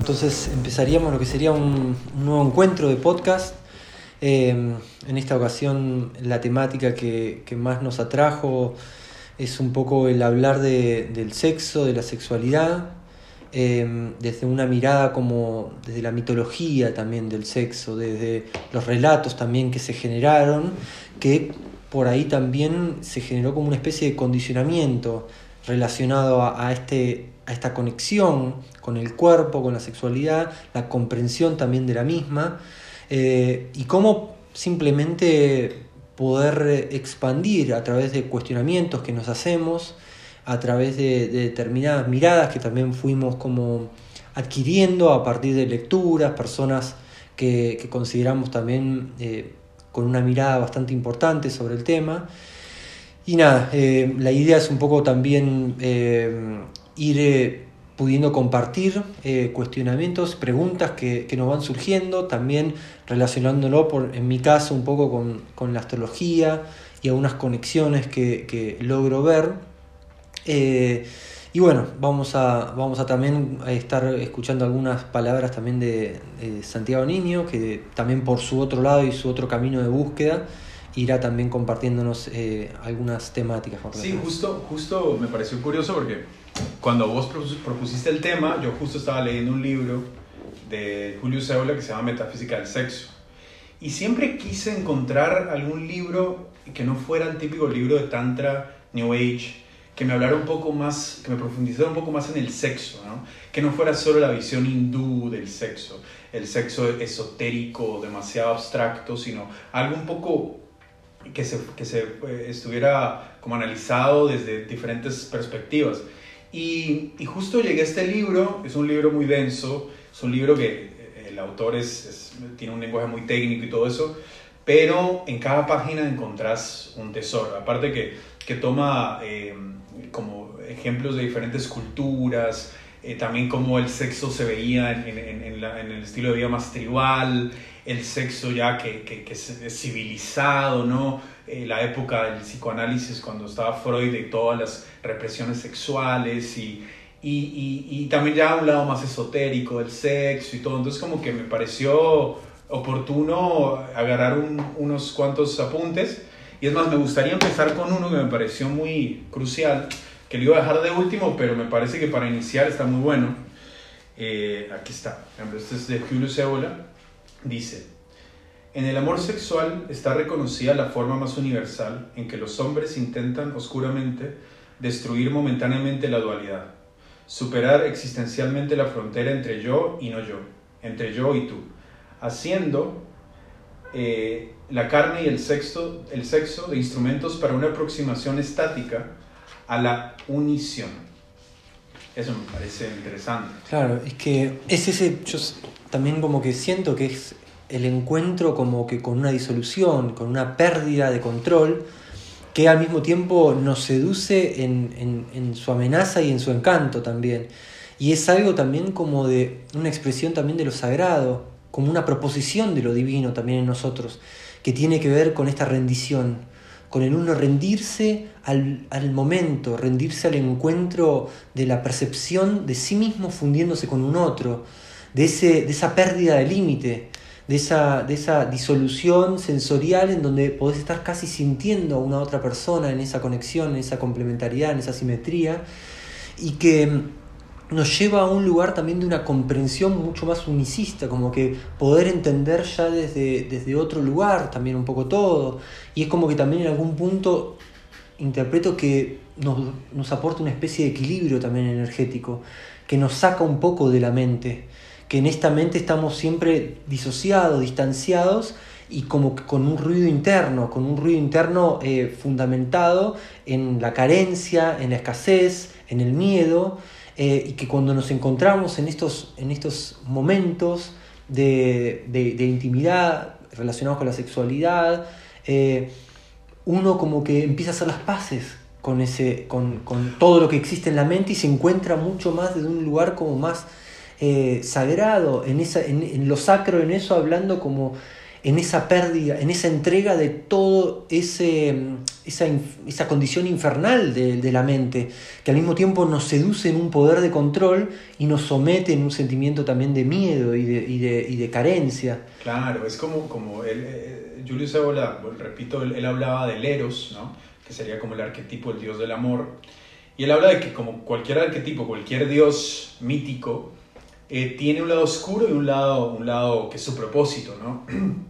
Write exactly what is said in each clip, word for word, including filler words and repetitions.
entonces empezaríamos lo que sería un, un nuevo encuentro de podcast. Eh, en esta ocasión la temática que, que más nos atrajo es un poco el hablar de, del sexo, de la sexualidad, eh, desde una mirada como desde la mitología también del sexo, desde los relatos también que se generaron, que por ahí también se generó como una especie de condicionamiento relacionado a, a, este, a esta conexión con el cuerpo, con la sexualidad, la comprensión también de la misma, eh, y cómo simplemente poder expandir a través de cuestionamientos que nos hacemos, a través de, de determinadas miradas que también fuimos como adquiriendo a partir de lecturas, personas que, que consideramos también eh, con una mirada bastante importante sobre el tema. Y nada, eh, la idea es un poco también eh, ir eh, pudiendo compartir eh, cuestionamientos, preguntas que, que nos van surgiendo, también relacionándolo, por, en mi caso, un poco con, con la astrología y algunas conexiones que, que logro ver. Eh, y bueno, vamos a, vamos a también a estar escuchando algunas palabras también de, de Santiago Niño, que también por su otro lado y su otro camino de búsqueda irá también compartiéndonos eh, algunas temáticas. Sí, justo, justo me pareció curioso porque cuando vos propusiste el tema, yo justo estaba leyendo un libro de Julius Evola que se llama Metafísica del Sexo. Y siempre quise encontrar algún libro que no fuera el típico libro de Tantra, New Age, que me hablara un poco más, que me profundizara un poco más en el sexo, ¿no? Que no fuera solo la visión hindú del sexo, el sexo esotérico, demasiado abstracto, sino algo un poco que se, que se eh, estuviera como analizado desde diferentes perspectivas. Y, y justo llegué a este libro, es un libro muy denso, es un libro que el autor es, es, tiene un lenguaje muy técnico y todo eso, pero en cada página encontrás un tesoro, aparte que, que toma eh, como ejemplos de diferentes culturas, eh, también cómo el sexo se veía en, en, en, la, en el estilo de vida más tribal, el sexo ya que, que, que es civilizado, ¿no? Eh, la época del psicoanálisis cuando estaba Freud y todas las represiones sexuales y, y, y, y también ya un lado más esotérico del sexo y todo. Entonces como que me pareció oportuno agarrar un, unos cuantos apuntes, y es más, me gustaría empezar con uno que me pareció muy crucial, que lo iba a dejar de último, pero me parece que para iniciar está muy bueno. Eh, aquí está, este es de Julius Evola. Dice: en el amor sexual está reconocida la forma más universal en que los hombres intentan oscuramente destruir momentáneamente la dualidad, superar existencialmente la frontera entre yo y no yo, entre yo y tú, haciendo eh, la carne y el sexo, el sexo de instrumentos para una aproximación estática a la unición. Eso me parece interesante. Claro, es que es ese, yo también como que siento que es el encuentro como que con una disolución, con una pérdida de control, que al mismo tiempo nos seduce en, en, en su amenaza y en su encanto también. Y es algo también como de una expresión también de lo sagrado, como una proposición de lo divino también en nosotros, que tiene que ver con esta rendición, con el uno rendirse al, al momento, rendirse al encuentro de la percepción de sí mismo fundiéndose con un otro, de, ese, de esa pérdida de límite, de esa, de esa disolución sensorial en donde podés estar casi sintiendo a una otra persona en esa conexión, en esa complementariedad, en esa simetría, y que nos lleva a un lugar también de una comprensión mucho más unicista, como que poder entender ya desde, desde otro lugar también un poco todo, y es como que también en algún punto interpreto que nos, nos aporta una especie de equilibrio también energético, que nos saca un poco de la mente, que en esta mente estamos siempre disociados, distanciados, y como que con un ruido interno, con un ruido interno eh, fundamentado en la carencia, en la escasez, en el miedo, eh, y que cuando nos encontramos en estos, en estos momentos de, de, de intimidad relacionados con la sexualidad, eh, uno como que empieza a hacer las paces con, ese, con, con todo lo que existe en la mente y se encuentra mucho más desde un lugar como más eh, sagrado, en, esa, en, en lo sacro, en eso, hablando como en esa pérdida, en esa entrega de todo ese esa, esa condición infernal de, de la mente, que al mismo tiempo nos seduce en un poder de control y nos somete en un sentimiento también de miedo y de, y de, y de carencia. Claro, es como, como él, eh, Julius Evola, bueno, repito, él, él hablaba del Eros, ¿no? Que sería como el arquetipo, el dios del amor. Y él habla de que como cualquier arquetipo, cualquier dios mítico, eh, tiene un lado oscuro y un lado, un lado que es su propósito, ¿no?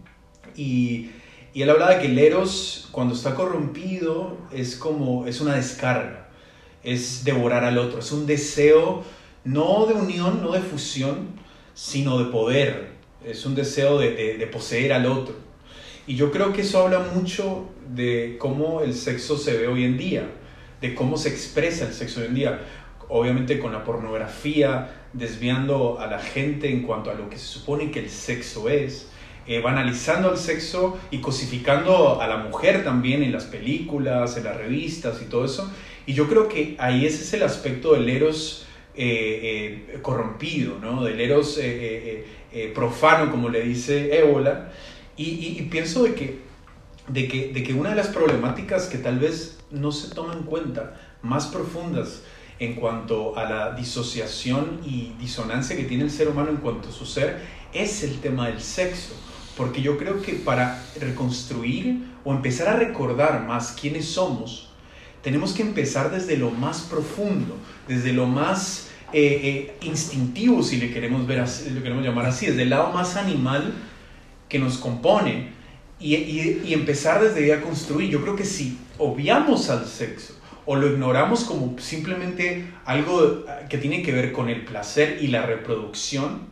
Y, y él habla de que el Eros, cuando está corrompido, es como, es una descarga, es devorar al otro, es un deseo no de unión, no de fusión, sino de poder, es un deseo de, de, de poseer al otro. Y yo creo que eso habla mucho de cómo el sexo se ve hoy en día, de cómo se expresa el sexo hoy en día, obviamente con la pornografía desviando a la gente en cuanto a lo que se supone que el sexo es, eh, banalizando el sexo y cosificando a la mujer también en las películas, en las revistas y todo eso. Y yo creo que ahí ese es el aspecto del Eros eh, eh, corrompido, ¿no? Del Eros eh, eh, eh, profano, como le dice Evola. Y, y, y pienso de que, de, que, de que una de las problemáticas que tal vez no se toman en cuenta, más profundas en cuanto a la disociación y disonancia que tiene el ser humano en cuanto a su ser, es el tema del sexo. Porque yo creo que para reconstruir o empezar a recordar más quiénes somos, tenemos que empezar desde lo más profundo, desde lo más eh, eh, instintivo, si le queremos ver así, lo queremos llamar así, desde el lado más animal que nos compone y, y, y empezar desde ahí a construir. Yo creo que si obviamos al sexo o lo ignoramos como simplemente algo que tiene que ver con el placer y la reproducción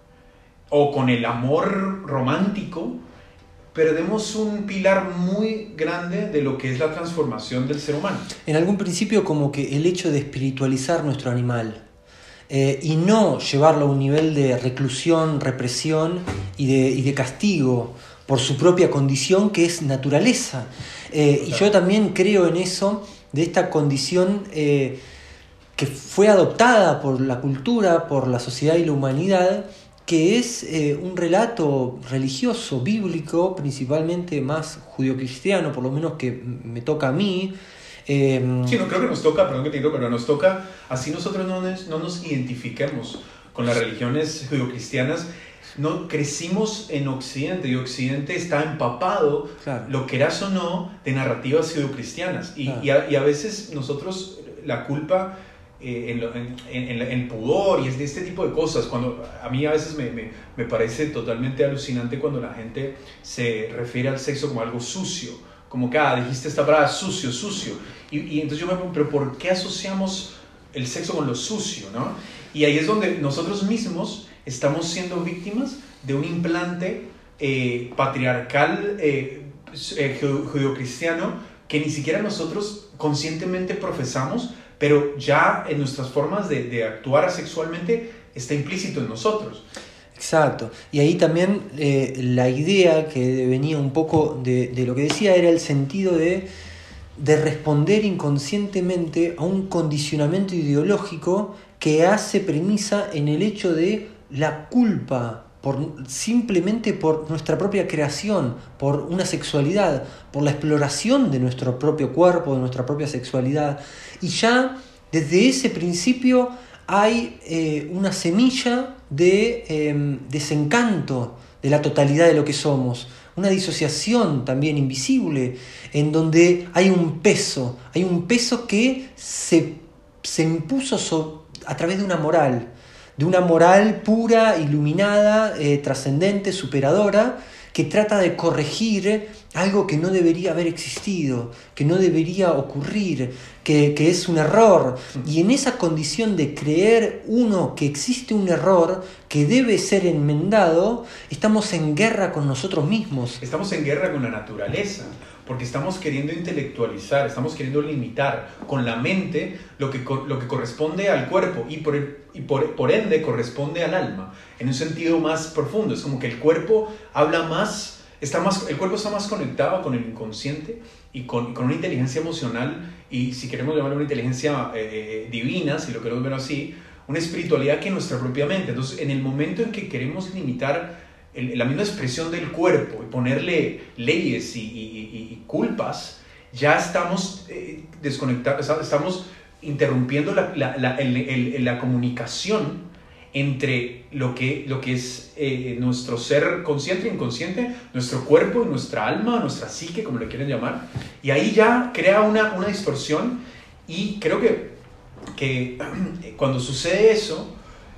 o con el amor romántico, perdemos un pilar muy grande de lo que es la transformación del ser humano. En algún principio como que el hecho de espiritualizar nuestro animal eh, y no llevarlo a un nivel de reclusión, represión y de, y de castigo por su propia condición, que es naturaleza. Eh, y yo también creo en eso, de esta condición eh, que fue adoptada por la cultura, por la sociedad y la humanidad, que es eh, un relato religioso, bíblico, principalmente más judio-cristiano, por lo menos que me toca a mí. Eh, sí, no creo que nos toca, perdón que te digo, pero nos toca, así nosotros no nos, no nos identifiquemos con las religiones judio-cristianas. No, crecimos en Occidente y Occidente está empapado, claro, lo quieras o no, de narrativas judio-cristianas. Y, claro, y, a, y a veces nosotros la culpa eh, en, lo, en, en, en el pudor y es de este tipo de cosas. Cuando a mí a veces me, me, me parece totalmente alucinante cuando la gente se refiere al sexo como algo sucio. Como que, ah, dijiste esta palabra, sucio, sucio. Y, y entonces yo me pregunto, ¿pero por qué asociamos el sexo con lo sucio, no? Y ahí es donde nosotros mismos estamos siendo víctimas de un implante eh, patriarcal eh, eh, judio-cristiano que ni siquiera nosotros conscientemente profesamos, pero ya en nuestras formas de, de actuar sexualmente está implícito en nosotros. Exacto. Y ahí también eh, la idea que venía un poco de, de lo que decía era el sentido de, de responder inconscientemente a un condicionamiento ideológico que hace premisa en el hecho de la culpa por, simplemente por nuestra propia creación, por una sexualidad, por la exploración de nuestro propio cuerpo, de nuestra propia sexualidad. Y ya desde ese principio hay eh, una semilla de eh, desencanto de la totalidad de lo que somos, una disociación también invisible, en donde hay un peso, hay un peso que se, se impuso sobre, a través de una moral, de una moral pura, iluminada, eh, trascendente, superadora, que trata de corregir algo que no debería haber existido, que no debería ocurrir, que, que es un error. Y en esa condición de creer uno que existe un error que debe ser enmendado, estamos en guerra con nosotros mismos. Estamos en guerra con la naturaleza, porque estamos queriendo intelectualizar, estamos queriendo limitar con la mente lo que, lo que corresponde al cuerpo y, por, el, y por, por ende corresponde al alma, en un sentido más profundo. Es como que el cuerpo habla más, está más el cuerpo está más conectado con el inconsciente y con, con una inteligencia emocional, y si queremos llamarlo una inteligencia eh, divina, si lo queremos ver así, una espiritualidad que nuestra propia mente. Entonces, en el momento en que queremos limitar el, la misma expresión del cuerpo y ponerle leyes y, y, y, y culpas, ya estamos eh, desconectados, estamos interrumpiendo la, la, la, el, el, la comunicación entre lo que, lo que es eh, nuestro ser consciente e inconsciente, nuestro cuerpo y nuestra alma, nuestra psique, como le quieren llamar, y ahí ya crea una, una distorsión, y creo que, que cuando sucede eso,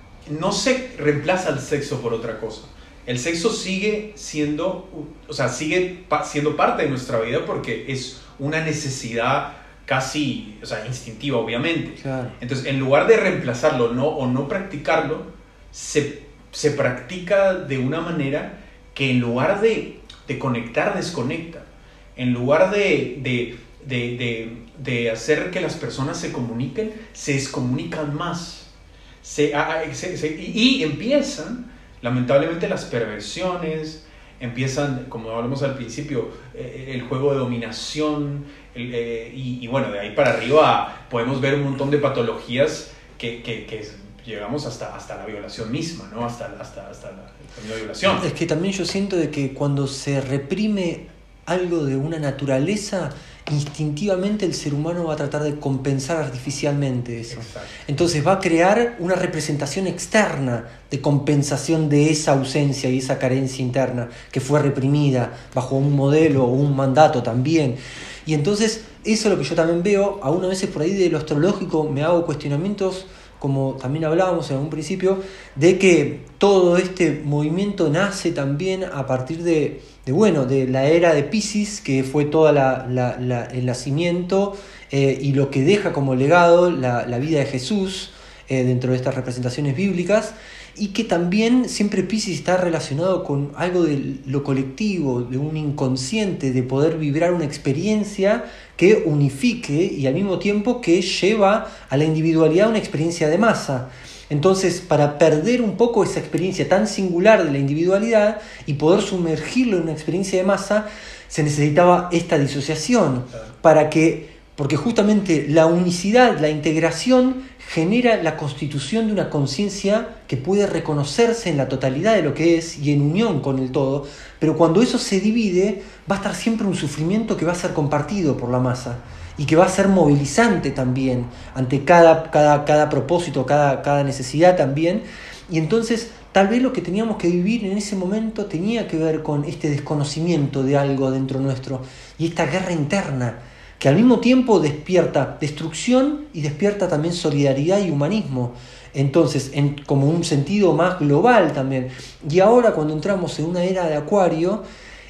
no se reemplaza el sexo por otra cosa. El sexo sigue siendo, o sea, sigue siendo parte de nuestra vida porque es una necesidad casi, o sea, instintiva, obviamente. Claro. Entonces, en lugar de reemplazarlo no, o no practicarlo, se, se practica de una manera que en lugar de, de conectar, desconecta. En lugar de, de, de, de, de hacer que las personas se comuniquen, se descomunican más. Se, se, se, y, y empiezan, lamentablemente, las perversiones, empiezan, como hablamos al principio, eh, el juego de dominación, el, eh, y, y bueno, de ahí para arriba podemos ver un montón de patologías que, que, que llegamos hasta, hasta la violación misma, ¿no? Hasta, hasta, hasta la, la violación. Es que también yo siento de que cuando se reprime algo de una naturaleza, instintivamente el ser humano va a tratar de compensar artificialmente eso. Exacto. Entonces va a crear una representación externa de compensación de esa ausencia y esa carencia interna que fue reprimida bajo un modelo o un mandato también. Y entonces eso es lo que yo también veo, aún a veces por ahí de lo astrológico me hago cuestionamientos, como también hablábamos en un principio, de que todo este movimiento nace también a partir de, de bueno, de la era de Piscis, que fue todo la, la, la, el nacimiento eh, y lo que deja como legado la, la vida de Jesús eh, dentro de estas representaciones bíblicas, y que también siempre Piscis está relacionado con algo de lo colectivo, de un inconsciente, de poder vibrar una experiencia que unifique y al mismo tiempo que lleva a la individualidad una experiencia de masa. Entonces, para perder un poco esa experiencia tan singular de la individualidad y poder sumergirlo en una experiencia de masa, se necesitaba esta disociación, para que, porque justamente la unicidad, la integración, genera la constitución de una conciencia que puede reconocerse en la totalidad de lo que es y en unión con el todo, pero cuando eso se divide va a estar siempre un sufrimiento que va a ser compartido por la masa y que va a ser movilizante también ante cada, cada, cada propósito, cada, cada necesidad también. Y entonces tal vez lo que teníamos que vivir en ese momento tenía que ver con este desconocimiento de algo dentro nuestro y esta guerra interna, que al mismo tiempo despierta destrucción y despierta también solidaridad y humanismo. Entonces, en, como un sentido más global también. Y ahora cuando entramos en una era de Acuario,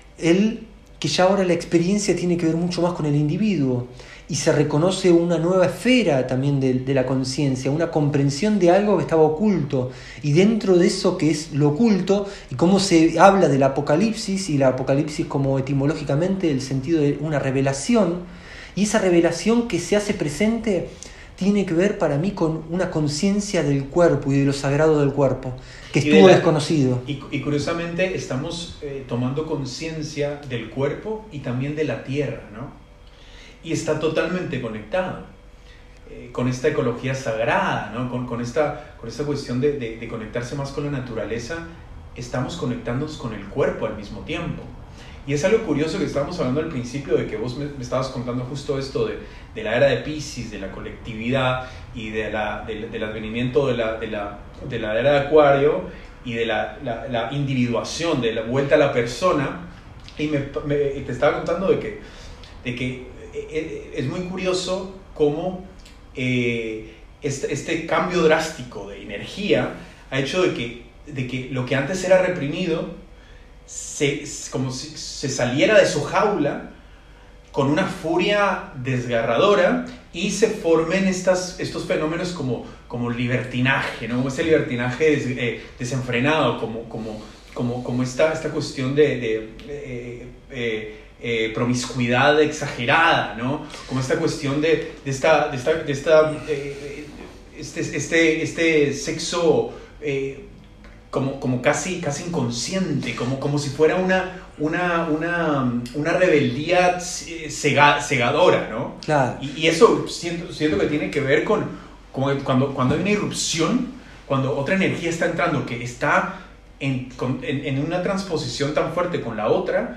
el, que ya ahora la experiencia tiene que ver mucho más con el individuo. Y se reconoce una nueva esfera también de, de la conciencia, una comprensión de algo que estaba oculto. Y dentro de eso que es lo oculto, y cómo se habla del apocalipsis, y la apocalipsis como etimológicamente el sentido de una revelación, y esa revelación que se hace presente tiene que ver para mí con una conciencia del cuerpo y de lo sagrado del cuerpo, que estuvo de la, desconocido. Y, y curiosamente estamos eh, tomando conciencia del cuerpo y también de la tierra, ¿no? Y está totalmente conectado eh, con esta ecología sagrada, ¿no? Con, con, esta, con esta cuestión de, de, de conectarse más con la naturaleza, estamos conectándonos con el cuerpo al mismo tiempo. Y es algo curioso que estábamos hablando al principio, de que vos me, me estabas contando justo esto de, de la era de Piscis, de la colectividad y de la, de, del advenimiento de la, de, la, de la era de Acuario y de la, la, la individuación, de la vuelta a la persona. Y me, me, te estaba contando de que, de que es muy curioso cómo eh, este, este cambio drástico de energía ha hecho de que, de que lo que antes era reprimido, Se, como si se saliera de su jaula con una furia desgarradora y se formen estas, estos fenómenos como, como libertinaje, ¿no? Ese libertinaje des, eh, desenfrenado, como, como, como, como esta, esta cuestión de, de eh, eh, eh, promiscuidad exagerada, ¿no? Como esta cuestión de, de esta, de esta, de esta eh, este, este, este sexo eh, Como, como casi, casi inconsciente, como, como si fuera una, una, una, una rebeldía cega, cegadora, ¿no? Claro. Y, y eso siento, siento que tiene que ver con, con cuando, cuando hay una irrupción, cuando otra energía está entrando, que está en, con, en, en una transposición tan fuerte con la otra,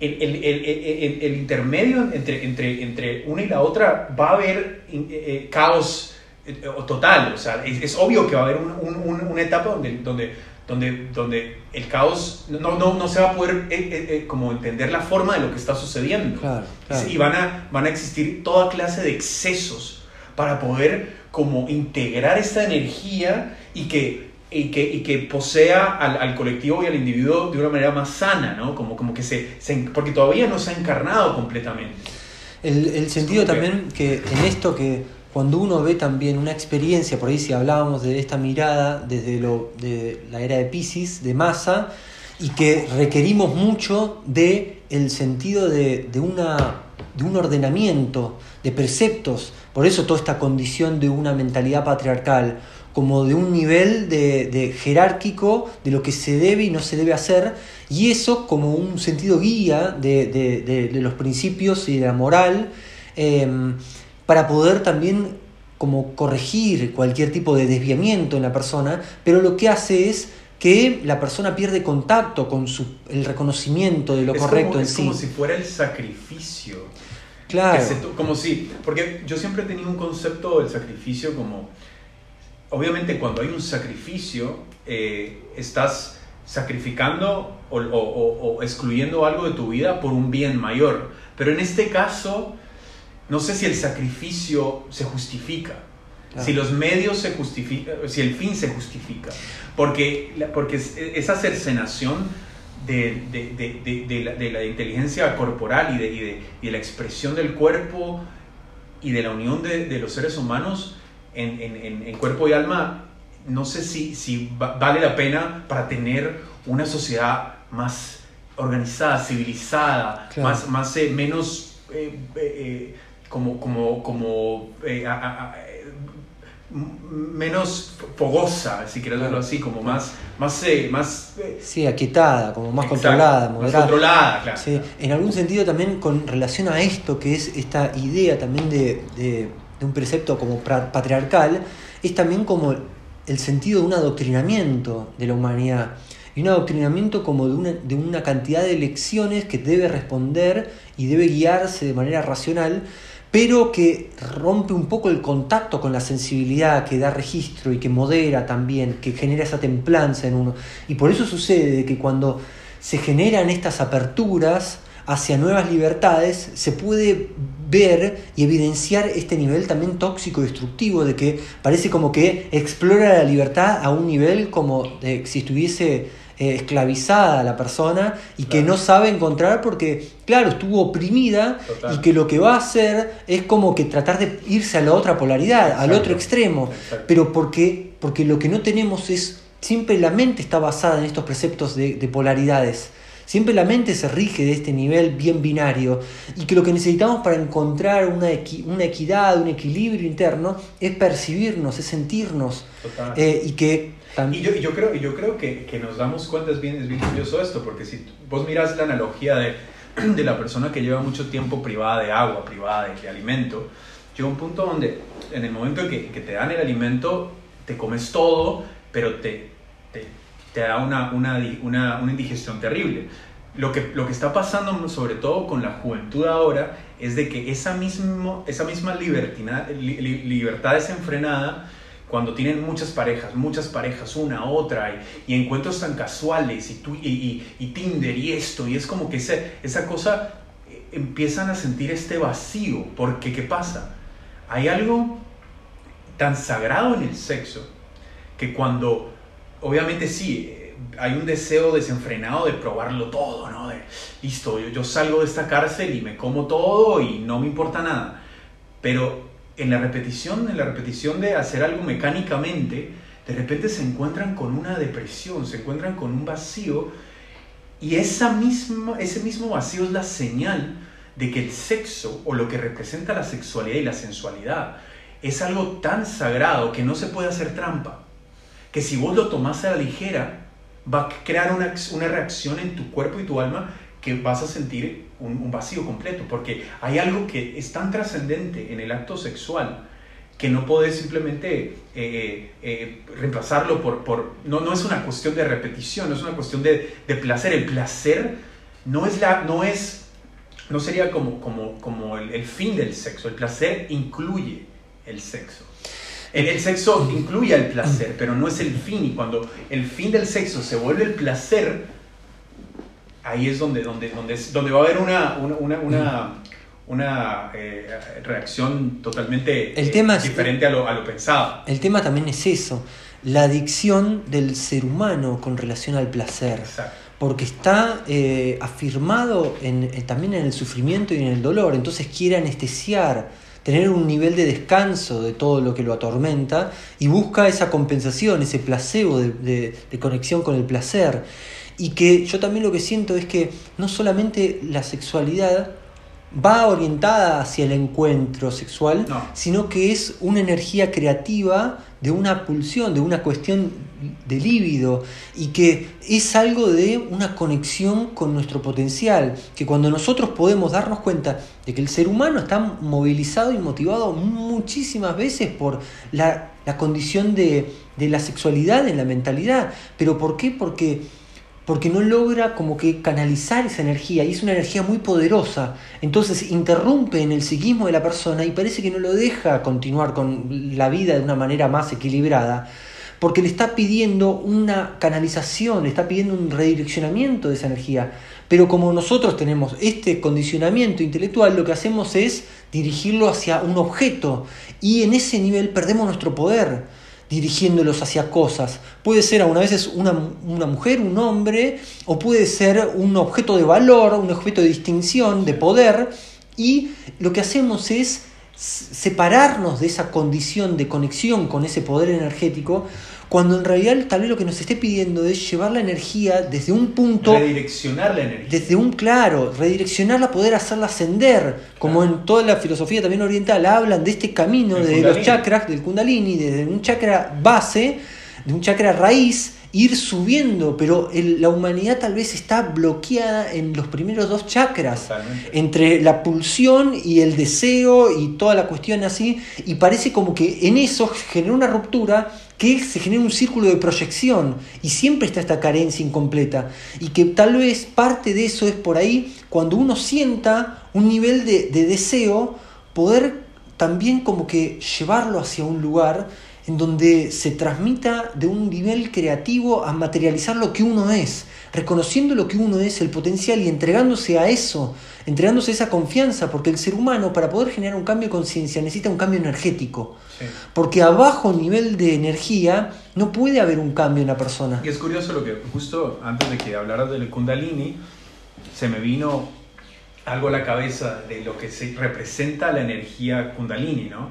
el, el, el, el, el intermedio entre, entre, entre una y la otra va a haber eh, caos eh, total. O sea, es, es obvio que va a haber un, un, una etapa donde, donde, donde, donde el caos no, no, no se va a poder eh, eh, eh, como entender la forma de lo que está sucediendo. Claro, claro. Y van a, van a existir toda clase de excesos para poder como integrar esta energía y que Y que, y que posea al, al colectivo y al individuo de una manera más sana, ¿no? Como, como que se, se... Porque todavía no se ha encarnado completamente. El, el sentido también que en esto que cuando uno ve también una experiencia, por ahí si hablábamos de esta mirada desde lo, de la era de Piscis, de masa, y que requerimos mucho de el sentido de, de, una, de un ordenamiento, de preceptos, por eso toda esta condición de una mentalidad patriarcal, como de un nivel de, de jerárquico de lo que se debe y no se debe hacer, y eso como un sentido guía de, de, de, de los principios y de la moral, eh, para poder también como corregir cualquier tipo de desviamiento en la persona, pero lo que hace es que la persona pierde contacto con su, el reconocimiento de lo es correcto como, en es sí. Es como si fuera el sacrificio. Claro. Que se, como si, porque yo siempre he tenido un concepto del sacrificio como... Obviamente cuando hay un sacrificio, eh, estás sacrificando o, o, o, o excluyendo algo de tu vida por un bien mayor. Pero en este caso, no sé si el sacrificio se justifica, claro. Si los medios se justifican, si el fin se justifica. Porque, porque esa cercenación de, de, de, de, de, la, de la inteligencia corporal y de, y, de, y de la expresión del cuerpo y de la unión de, de los seres humanos En, en, en cuerpo y alma, no sé si, si vale la pena para tener una sociedad más organizada, civilizada, claro. más, más eh, menos eh, eh, como, como, como eh, a, a, a, menos fogosa, si quieres verlo así, como más, más, eh, más eh, sí, aquietada, como más exacto, controlada, moderada. Más controlada, claro. Sí, en algún sentido también con relación a esto, que es esta idea también de, de de un precepto como patriarcal, es también como el sentido de un adoctrinamiento de la humanidad, y un adoctrinamiento como de una, de una cantidad de lecciones que debe responder y debe guiarse de manera racional, pero que rompe un poco el contacto con la sensibilidad, que da registro y que modera también, que genera esa templanza en uno. Y por eso sucede que cuando se generan estas aperturas hacia nuevas libertades, se puede ver y evidenciar este nivel también tóxico y destructivo de que parece como que explora la libertad a un nivel como de, si estuviese eh, esclavizada la persona y claro. que no sabe encontrar porque, claro, estuvo oprimida. Total. Y que lo que va a hacer es como que tratar de irse a la otra polaridad, exacto. Al otro extremo. Exacto. Pero porque, porque lo que no tenemos es, siempre la mente está basada en estos preceptos de, de polaridades. Siempre la mente se rige de este nivel bien binario y que lo que necesitamos para encontrar una, equi- una equidad, un equilibrio interno es percibirnos, es sentirnos. Eh, y que tam- y yo, y yo creo, y yo creo que, que nos damos cuenta, es bien, es bien curioso esto, porque si vos miras la analogía de, de la persona que lleva mucho tiempo privada de agua, privada de, de alimento, llega un punto donde en el momento en que, que te dan el alimento, te comes todo, pero te... te te da una, una, una, una indigestión terrible. Lo que, lo que está pasando sobre todo con la juventud ahora es de que esa, mismo, esa misma libertina, li, libertad desenfrenada, cuando tienen muchas parejas, muchas parejas, una, otra, y, y encuentros tan casuales, y, tu, y, y, y Tinder y esto, y es como que ese, esa cosa, eh, empiezan a sentir este vacío, porque ¿qué pasa? Hay algo tan sagrado en el sexo, que cuando... Obviamente sí, hay un deseo desenfrenado de probarlo todo, ¿no? De, listo, yo, yo salgo de esta cárcel y me como todo y no me importa nada. Pero en la repetición, en la repetición de hacer algo mecánicamente, de repente se encuentran con una depresión, se encuentran con un vacío, y esa misma, ese mismo vacío es la señal de que el sexo, o lo que representa la sexualidad y la sensualidad, es algo tan sagrado que no se puede hacer trampa. Que si vos lo tomás a la ligera, va a crear una, una reacción en tu cuerpo y tu alma que vas a sentir un, un vacío completo, porque hay algo que es tan trascendente en el acto sexual que no podés simplemente eh, eh, reemplazarlo por... por no, no es una cuestión de repetición, no es una cuestión de, de placer. El placer no es la, no es, no sería como, como, como el, el fin del sexo. El placer incluye el sexo. El, el sexo incluye el placer, pero no es el fin. Y cuando el fin del sexo se vuelve el placer, ahí es donde, donde, donde, es, donde va a haber una, una, una, una, una eh, reacción totalmente el tema eh, diferente es, a, lo, a lo pensado. El tema también es eso, la adicción del ser humano con relación al placer. Exacto. Porque está eh, afirmado en, eh, también en el sufrimiento y en el dolor, entonces quiere anestesiar, tener un nivel de descanso de todo lo que lo atormenta y busca esa compensación, ese placebo de, de, de conexión con el placer. Y que yo también lo que siento es que no solamente la sexualidad va orientada hacia el encuentro sexual, no. sino que es una energía creativa de una pulsión, de una cuestión de líbido, y que es algo de una conexión con nuestro potencial, que cuando nosotros podemos darnos cuenta de que el ser humano está movilizado y motivado muchísimas veces por la, la condición de, de la sexualidad en la mentalidad. ¿Pero por qué? Porque porque no logra como que canalizar esa energía, y es una energía muy poderosa, entonces interrumpe en el psiquismo de la persona y parece que no lo deja continuar con la vida de una manera más equilibrada, porque le está pidiendo una canalización, le está pidiendo un redireccionamiento de esa energía. Pero como nosotros tenemos este condicionamiento intelectual, lo que hacemos es dirigirlo hacia un objeto, y en ese nivel perdemos nuestro poder dirigiéndolos hacia cosas. Puede ser a una vez una, una mujer, un hombre, o puede ser un objeto de valor, un objeto de distinción, de poder, y lo que hacemos es separarnos de esa condición de conexión con ese poder energético, cuando en realidad tal vez lo que nos esté pidiendo es llevar la energía desde un punto... Redireccionar la energía. Desde un, claro, redireccionarla, poder hacerla ascender, claro. Como en toda la filosofía también oriental hablan de este camino el de kundalini. Los chakras, del kundalini, desde un chakra base, de un chakra raíz, ir subiendo, pero el, la humanidad tal vez está bloqueada en los primeros dos chakras, Totalmente. Entre la pulsión y el deseo y toda la cuestión así, y parece como que en eso genera una ruptura, que se genera un círculo de proyección, y siempre está esta carencia incompleta, y que tal vez parte de eso es por ahí, cuando uno sienta un nivel de, de deseo, poder también como que llevarlo hacia un lugar en donde se transmita de un nivel creativo a materializar lo que uno es, reconociendo lo que uno es, el potencial, y entregándose a eso, entregándose a esa confianza, porque el ser humano, para poder generar un cambio de conciencia, necesita un cambio energético. Sí. Porque a bajo nivel de energía no puede haber un cambio en la persona. Y es curioso lo que, justo antes de que hablaras del Kundalini, se me vino algo a la cabeza de lo que se representa la energía Kundalini, ¿no?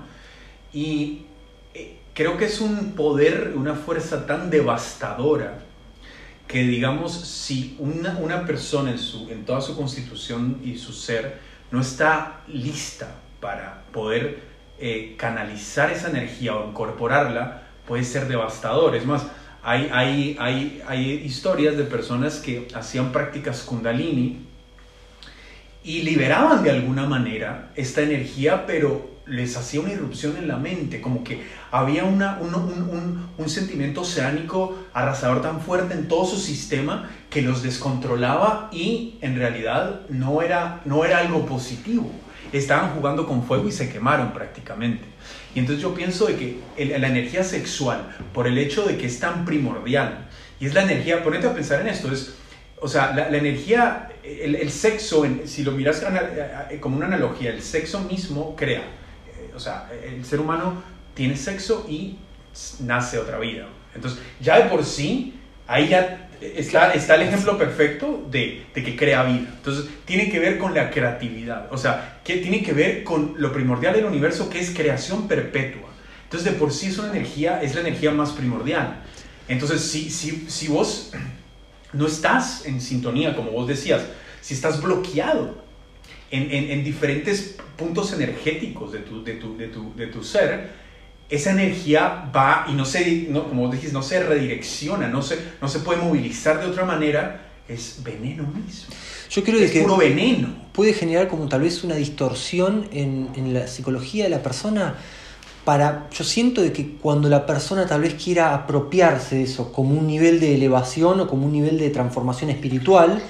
Y creo que es un poder, una fuerza tan devastadora que, digamos, si una, una persona en, su, en toda su constitución y su ser no está lista para poder eh, canalizar esa energía o incorporarla, puede ser devastador. Es más, hay, hay, hay, hay historias de personas que hacían prácticas Kundalini y liberaban de alguna manera esta energía, pero les hacía una irrupción en la mente, como que había una, un, un, un, un sentimiento oceánico arrasador tan fuerte en todo su sistema que los descontrolaba, y en realidad no era, no era algo positivo. Estaban jugando con fuego y se quemaron prácticamente. Y entonces yo pienso de que el, la energía sexual, por el hecho de que es tan primordial, y es la energía, ponete a pensar en esto, es, o sea, la, la energía, el, el sexo, en, si lo miras como una analogía, el sexo mismo crea. O sea, el ser humano tiene sexo y nace otra vida. Entonces, ya de por sí, ahí ya está, está el ejemplo perfecto de, de que crea vida. Entonces, tiene que ver con la creatividad. O sea, que tiene que ver con lo primordial del universo, que es creación perpetua. Entonces, de por sí es una energía, es la energía más primordial. Entonces, si, si, si vos no estás en sintonía, como vos decías, si estás bloqueado En, en, en diferentes puntos energéticos de tu, de tu, de tu, de tu ser, esa energía va y no se, no, como dijiste, no se redirecciona, no se, no se puede movilizar de otra manera, es veneno mismo. Yo creo es que puro veneno. Puede generar como tal vez una distorsión en, en la psicología de la persona. Para, yo siento de que cuando la persona tal vez quiera apropiarse de eso como un nivel de elevación o como un nivel de transformación espiritual,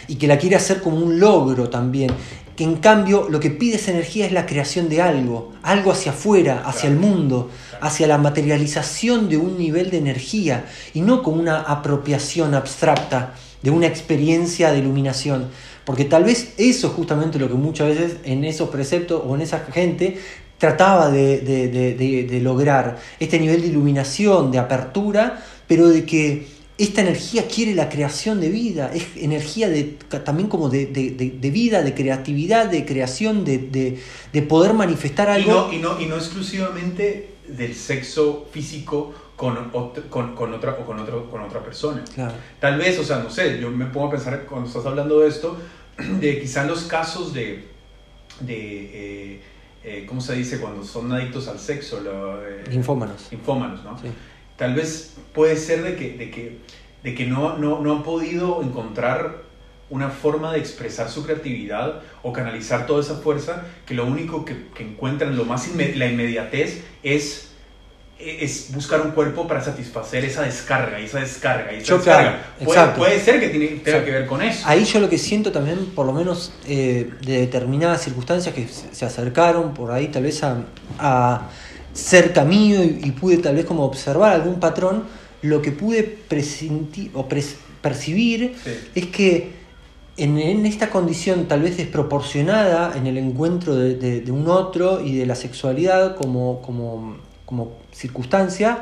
y que la quiere hacer como un logro también. Que en cambio lo que pide esa energía es la creación de algo, algo hacia afuera, hacia Claro. el mundo, Claro. hacia la materialización de un nivel de energía y no como una apropiación abstracta de una experiencia de iluminación. Porque tal vez eso es justamente lo que muchas veces en esos preceptos o en esa gente trataba de, de, de, de, de lograr, este nivel de iluminación, de apertura, pero de que esta energía quiere la creación de vida, es energía de, también como de, de, de, de vida, de creatividad, de creación, de, de, de poder manifestar algo. Y no, y, no, y no exclusivamente del sexo físico con, ot- con, con, otra, o con, otro, con otra persona. Claro. Tal vez, o sea, no sé, yo me pongo a pensar cuando estás hablando de esto, de quizá los casos de, de eh, eh, ¿cómo se dice? Cuando son adictos al sexo. Lo, eh, Linfómanos. Linfómanos, ¿no? Sí. Tal vez puede ser de que, de que, de que no, no, no han podido encontrar una forma de expresar su creatividad o canalizar toda esa fuerza, que lo único que, que encuentran, lo más inme- la inmediatez, es, es buscar un cuerpo para satisfacer esa descarga, y esa descarga, y esa Yo, descarga. claro, Puede, exacto. puede ser que tiene, tenga Exacto. que ver con eso. Ahí yo lo que siento también, por lo menos eh, de determinadas circunstancias que se se acercaron por ahí tal vez a, a cerca mío y, y pude tal vez como observar algún patrón, lo que pude presentir o pres- percibir Sí. es que en, en esta condición tal vez desproporcionada en el encuentro de, de- de un otro y de la sexualidad como, como, como circunstancia,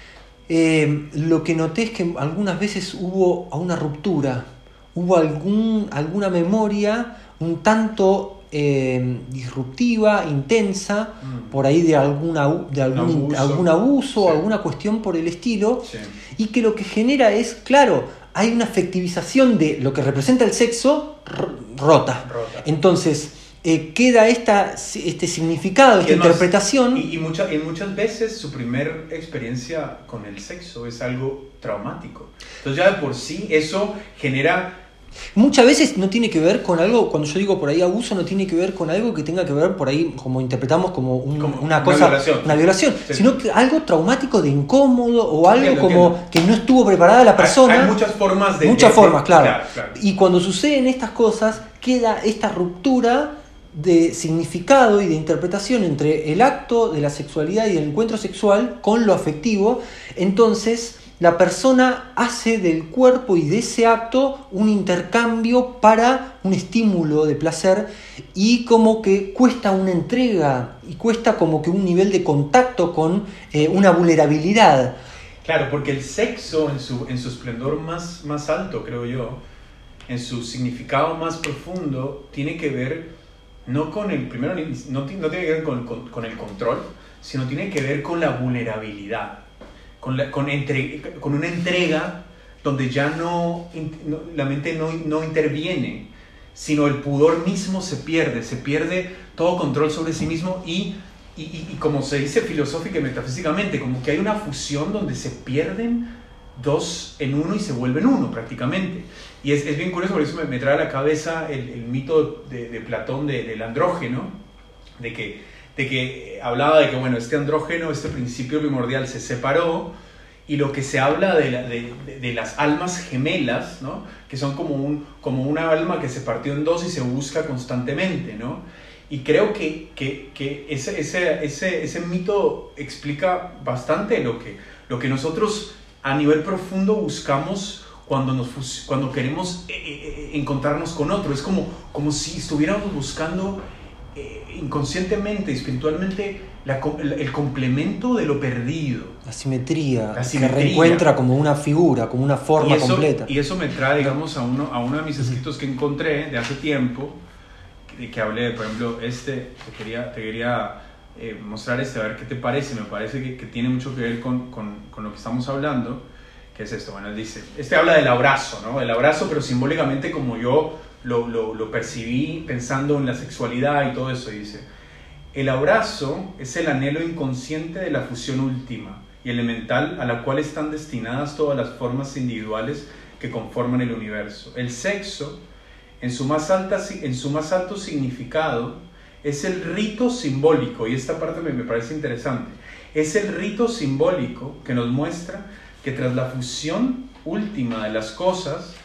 eh, lo que noté es que algunas veces hubo una ruptura, hubo algún, alguna memoria un tanto eh, disruptiva, intensa, Mm. por ahí de, alguna, de algún abuso. algún abuso o Sí. alguna cuestión por el estilo, Sí. y que lo que genera es, claro, hay una afectivización de lo que representa el sexo r- rota. Rota. Entonces, eh, queda esta, este significado, esta Y es más, interpretación. Y, y, mucha- y muchas veces su primer experiencia con el sexo es algo traumático. Entonces ya de por sí eso genera... Muchas veces no tiene que ver con algo, cuando yo digo por ahí abuso, no tiene que ver con algo que tenga que ver por ahí, como interpretamos como, un- Como una una cosa, violación. una violación, Sí. sino que algo traumático de incómodo o algo Entiendo, como entiendo. que no estuvo preparada la persona. Hay, hay muchas formas de... Muchas de- formas, de- claro. claro, claro. Y cuando suceden estas cosas, queda esta ruptura de significado y de interpretación entre el acto de la sexualidad y el encuentro sexual con lo afectivo. Entonces, la persona hace del cuerpo y de ese acto un intercambio para un estímulo de placer, y como que cuesta una entrega y cuesta como que un nivel de contacto con eh, una vulnerabilidad. Claro, porque el sexo en su, en su esplendor más, más alto, creo yo, en su significado más profundo, tiene que ver no con el, primero, no, ti- no tiene que ver con, con, con el control, sino tiene que ver con la vulnerabilidad, con, la, con, entre, con una entrega donde ya no, in- no- la mente no, no interviene, sino el pudor mismo se pierde, se pierde todo control sobre sí mismo y, y, y, y como se dice filosófica y metafísicamente, como que hay una fusión donde se pierden dos en uno y se vuelven uno prácticamente. Y es, es bien curioso, por eso me, me trae a la cabeza el, el mito de, de Platón de, del andrógeno, de que, de que hablaba de que, bueno, este andrógeno, este principio primordial se separó, y lo que se habla de, la, de, de, de las almas gemelas, ¿no? Que son como, un, como una alma que se partió en dos y se busca constantemente, ¿no? Y creo que, que, que ese, ese, ese, ese mito explica bastante lo que, lo que nosotros a nivel profundo buscamos cuando, nos, cuando queremos eh, eh, encontrarnos con otro. Es como, como si estuviéramos buscando eh, inconscientemente, espiritualmente, la, el complemento de lo perdido. La simetría, La simetría. que reencuentra como una figura, como una forma y eso, completa. Y eso me trae, digamos, a uno, a uno de mis escritos que encontré de hace tiempo, que, que hablé, por ejemplo, este, te quería, te quería eh, mostrar este, a ver qué te parece. Me parece que, que tiene mucho que ver con, con, con lo que estamos hablando, que es esto. Bueno, él dice, este habla del abrazo, ¿no? El abrazo, pero simbólicamente como yo lo, lo, lo percibí pensando en la sexualidad y todo eso. Y dice, el abrazo es el anhelo inconsciente de la fusión última y elemental a la cual están destinadas todas las formas individuales que conforman el universo. El sexo, en su más, alta, en su más alto significado, es el rito simbólico, y esta parte me, me parece interesante, es el rito simbólico que nos muestra que tras la fusión última de las cosas,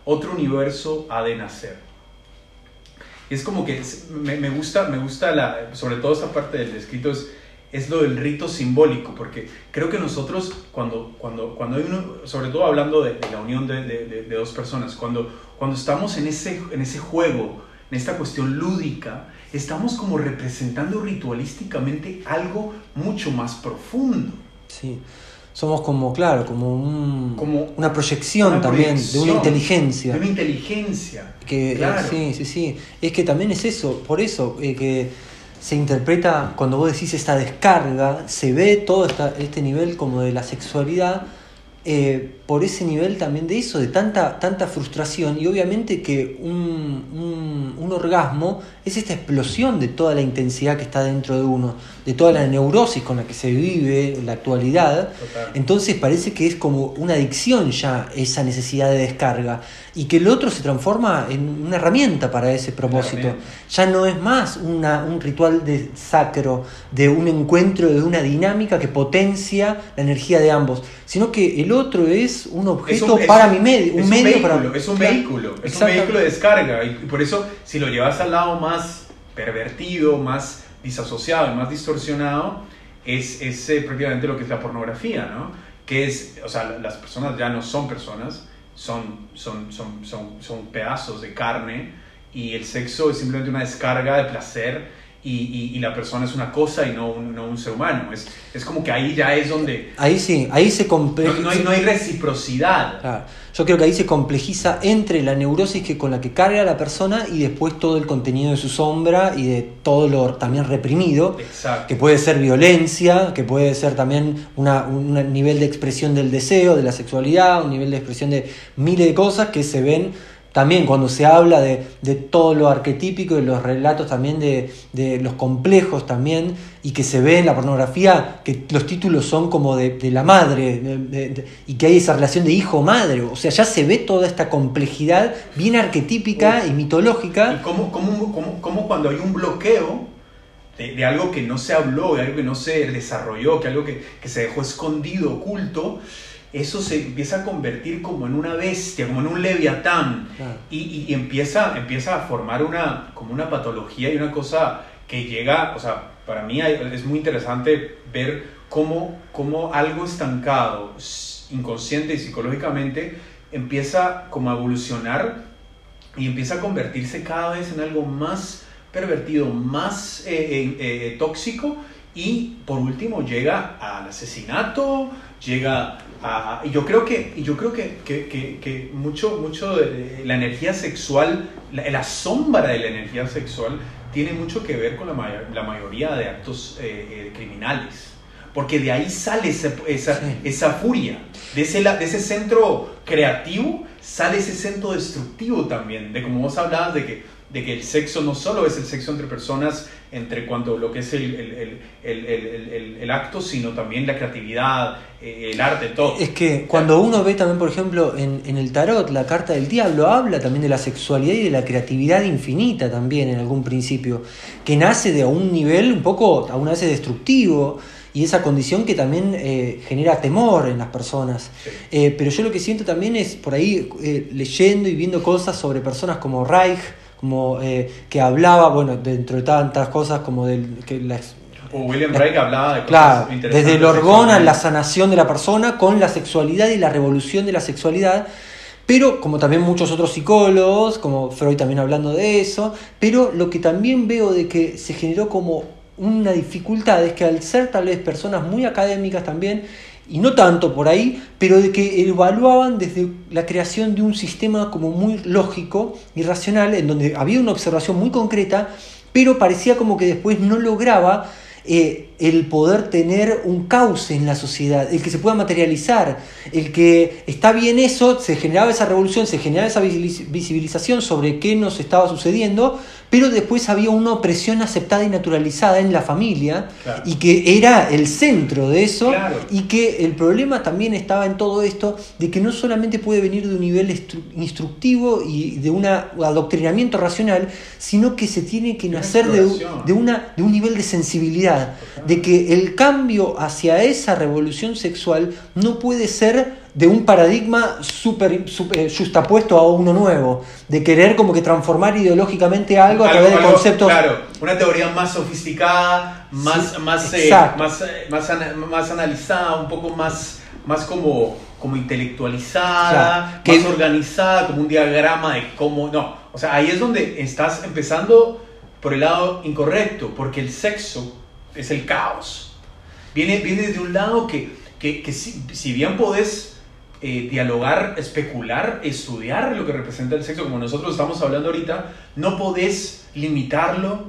otro universo ha de nacer. Y es como que me, me gusta, me gusta la, sobre todo esta parte del escrito, es, es lo del rito simbólico, porque creo que nosotros, cuando, cuando, cuando hay uno, sobre todo hablando de, de la unión de, de, de dos personas, cuando, cuando estamos en ese, en ese juego, en esta cuestión lúdica, estamos como representando ritualísticamente algo mucho más profundo. Sí, somos como, claro, como, un, como una proyección una también proyección de una inteligencia. De una inteligencia. Que, claro. eh, sí, sí, sí. Es que también es eso, por eso, eh, que se interpreta, cuando vos decís esta descarga, se ve todo esta, este nivel como de la sexualidad, eh, por ese nivel también de eso, de tanta, tanta frustración, y obviamente que un, un, un orgasmo es esta explosión de toda la intensidad que está dentro de uno, de toda la neurosis con la que se vive en la actualidad. Total. Entonces parece que es como una adicción ya esa necesidad de descarga, y que el otro se transforma en una herramienta para ese propósito. Ya no es más una, un ritual de sacro, de un encuentro, de una dinámica que potencia la energía de ambos, sino que el otro es un objeto es un, para es, mi medio, un, es un medio vehículo, para... es un vehículo, es un vehículo de descarga, y por eso si lo llevas al lado más pervertido, más disasociado, más distorsionado, es, es eh, prácticamente lo que es la pornografía, ¿no? Que es, o sea, las personas ya no son personas, son, son, son, son, son pedazos de carne, y el sexo es simplemente una descarga de placer, y, y, y la persona es una cosa y no un, no un ser humano. Es, es como que ahí ya es donde... Ahí sí, ahí se complejiza. No, no, hay, no hay reciprocidad. Claro. Yo creo que ahí se complejiza entre la neurosis que con la que carga la persona y después todo el contenido de su sombra y de todo lo también reprimido. Exacto. Que puede ser violencia, que puede ser también una, un nivel de expresión del deseo, de la sexualidad, un nivel de expresión de miles de cosas que se ven también cuando se habla de, de todo lo arquetípico, de los relatos también de, de los complejos también, y que se ve en la pornografía que los títulos son como de, de la madre, de, de, de, y que hay esa relación de hijo-madre. O sea, ya se ve toda esta complejidad bien arquetípica y mitológica. Y cómo, cómo, cómo, cómo cuando hay un bloqueo de, de algo que no se habló, de algo que no se desarrolló, que algo que, que se dejó escondido, oculto, eso se empieza a convertir como en una bestia, como en un leviatán, claro. y, y empieza, empieza a formar una, como una patología y una cosa que llega, o sea, para mí es muy interesante ver cómo, cómo algo estancado, inconsciente y psicológicamente, empieza como a evolucionar y empieza a convertirse cada vez en algo más pervertido, más eh, eh, tóxico, y por último llega al asesinato, llega a... Y yo creo que, y yo creo que, que, que, que mucho, mucho de la energía sexual, la, la sombra de la energía sexual, tiene mucho que ver con la, mayor, la mayoría de actos eh, eh, criminales. Porque de ahí sale esa, esa, sí. esa furia, de ese, de ese centro creativo sale ese centro destructivo también, de como vos hablabas de que, de que el sexo no solo es el sexo entre personas, entre cuanto lo que es el, el, el, el, el, el, el acto, sino también la creatividad, el arte, todo. Es que cuando uno ve también, por ejemplo, en, en el tarot, la carta del diablo habla también de la sexualidad y de la creatividad infinita también en algún principio, que nace de un nivel un poco, a una vez destructivo, y esa condición que también eh, genera temor en las personas. Sí. Eh, pero yo lo que siento también es, por ahí, eh, leyendo y viendo cosas sobre personas como Reich, como eh, que hablaba, bueno, dentro de tantas cosas como del... Que las, o William Reich hablaba de cosas claro, interesantes. Desde el orgón a la sanación de la persona con la sexualidad y la revolución de la sexualidad, pero como también muchos otros psicólogos, como Freud también hablando de eso, pero lo que también veo de que se generó como una dificultad es que al ser tal vez personas muy académicas también, y no tanto por ahí, pero de que evaluaban desde la creación de un sistema como muy lógico y racional, en donde había una observación muy concreta, pero parecía como que después no lograba eh, el poder tener un cauce en la sociedad, el que se pueda materializar, el que está bien eso, se generaba esa revolución, se generaba esa visibilización sobre qué nos estaba sucediendo, pero después había una opresión aceptada y naturalizada en la familia, claro. Y que era el centro de eso, claro. Y que el problema también estaba en todo esto, de que no solamente puede venir de un nivel instructivo y de un adoctrinamiento racional, sino que se tiene que nacer de, de, una, de un nivel de sensibilidad, de que el cambio hacia esa revolución sexual no puede ser de un paradigma súper super, justapuesto a uno nuevo, de querer como que transformar ideológicamente algo a través de algo, conceptos... Claro, una teoría más sofisticada, más, sí, más, eh, más, más, más analizada, un poco más, más como, como intelectualizada, claro, más que... organizada, como un diagrama de cómo... No, o sea, ahí es donde estás empezando por el lado incorrecto, porque el sexo es el caos. Viene, viene de un lado que, que, que si, si bien podés eh, dialogar, especular, estudiar lo que representa el sexo, como nosotros estamos hablando ahorita, no podés limitarlo,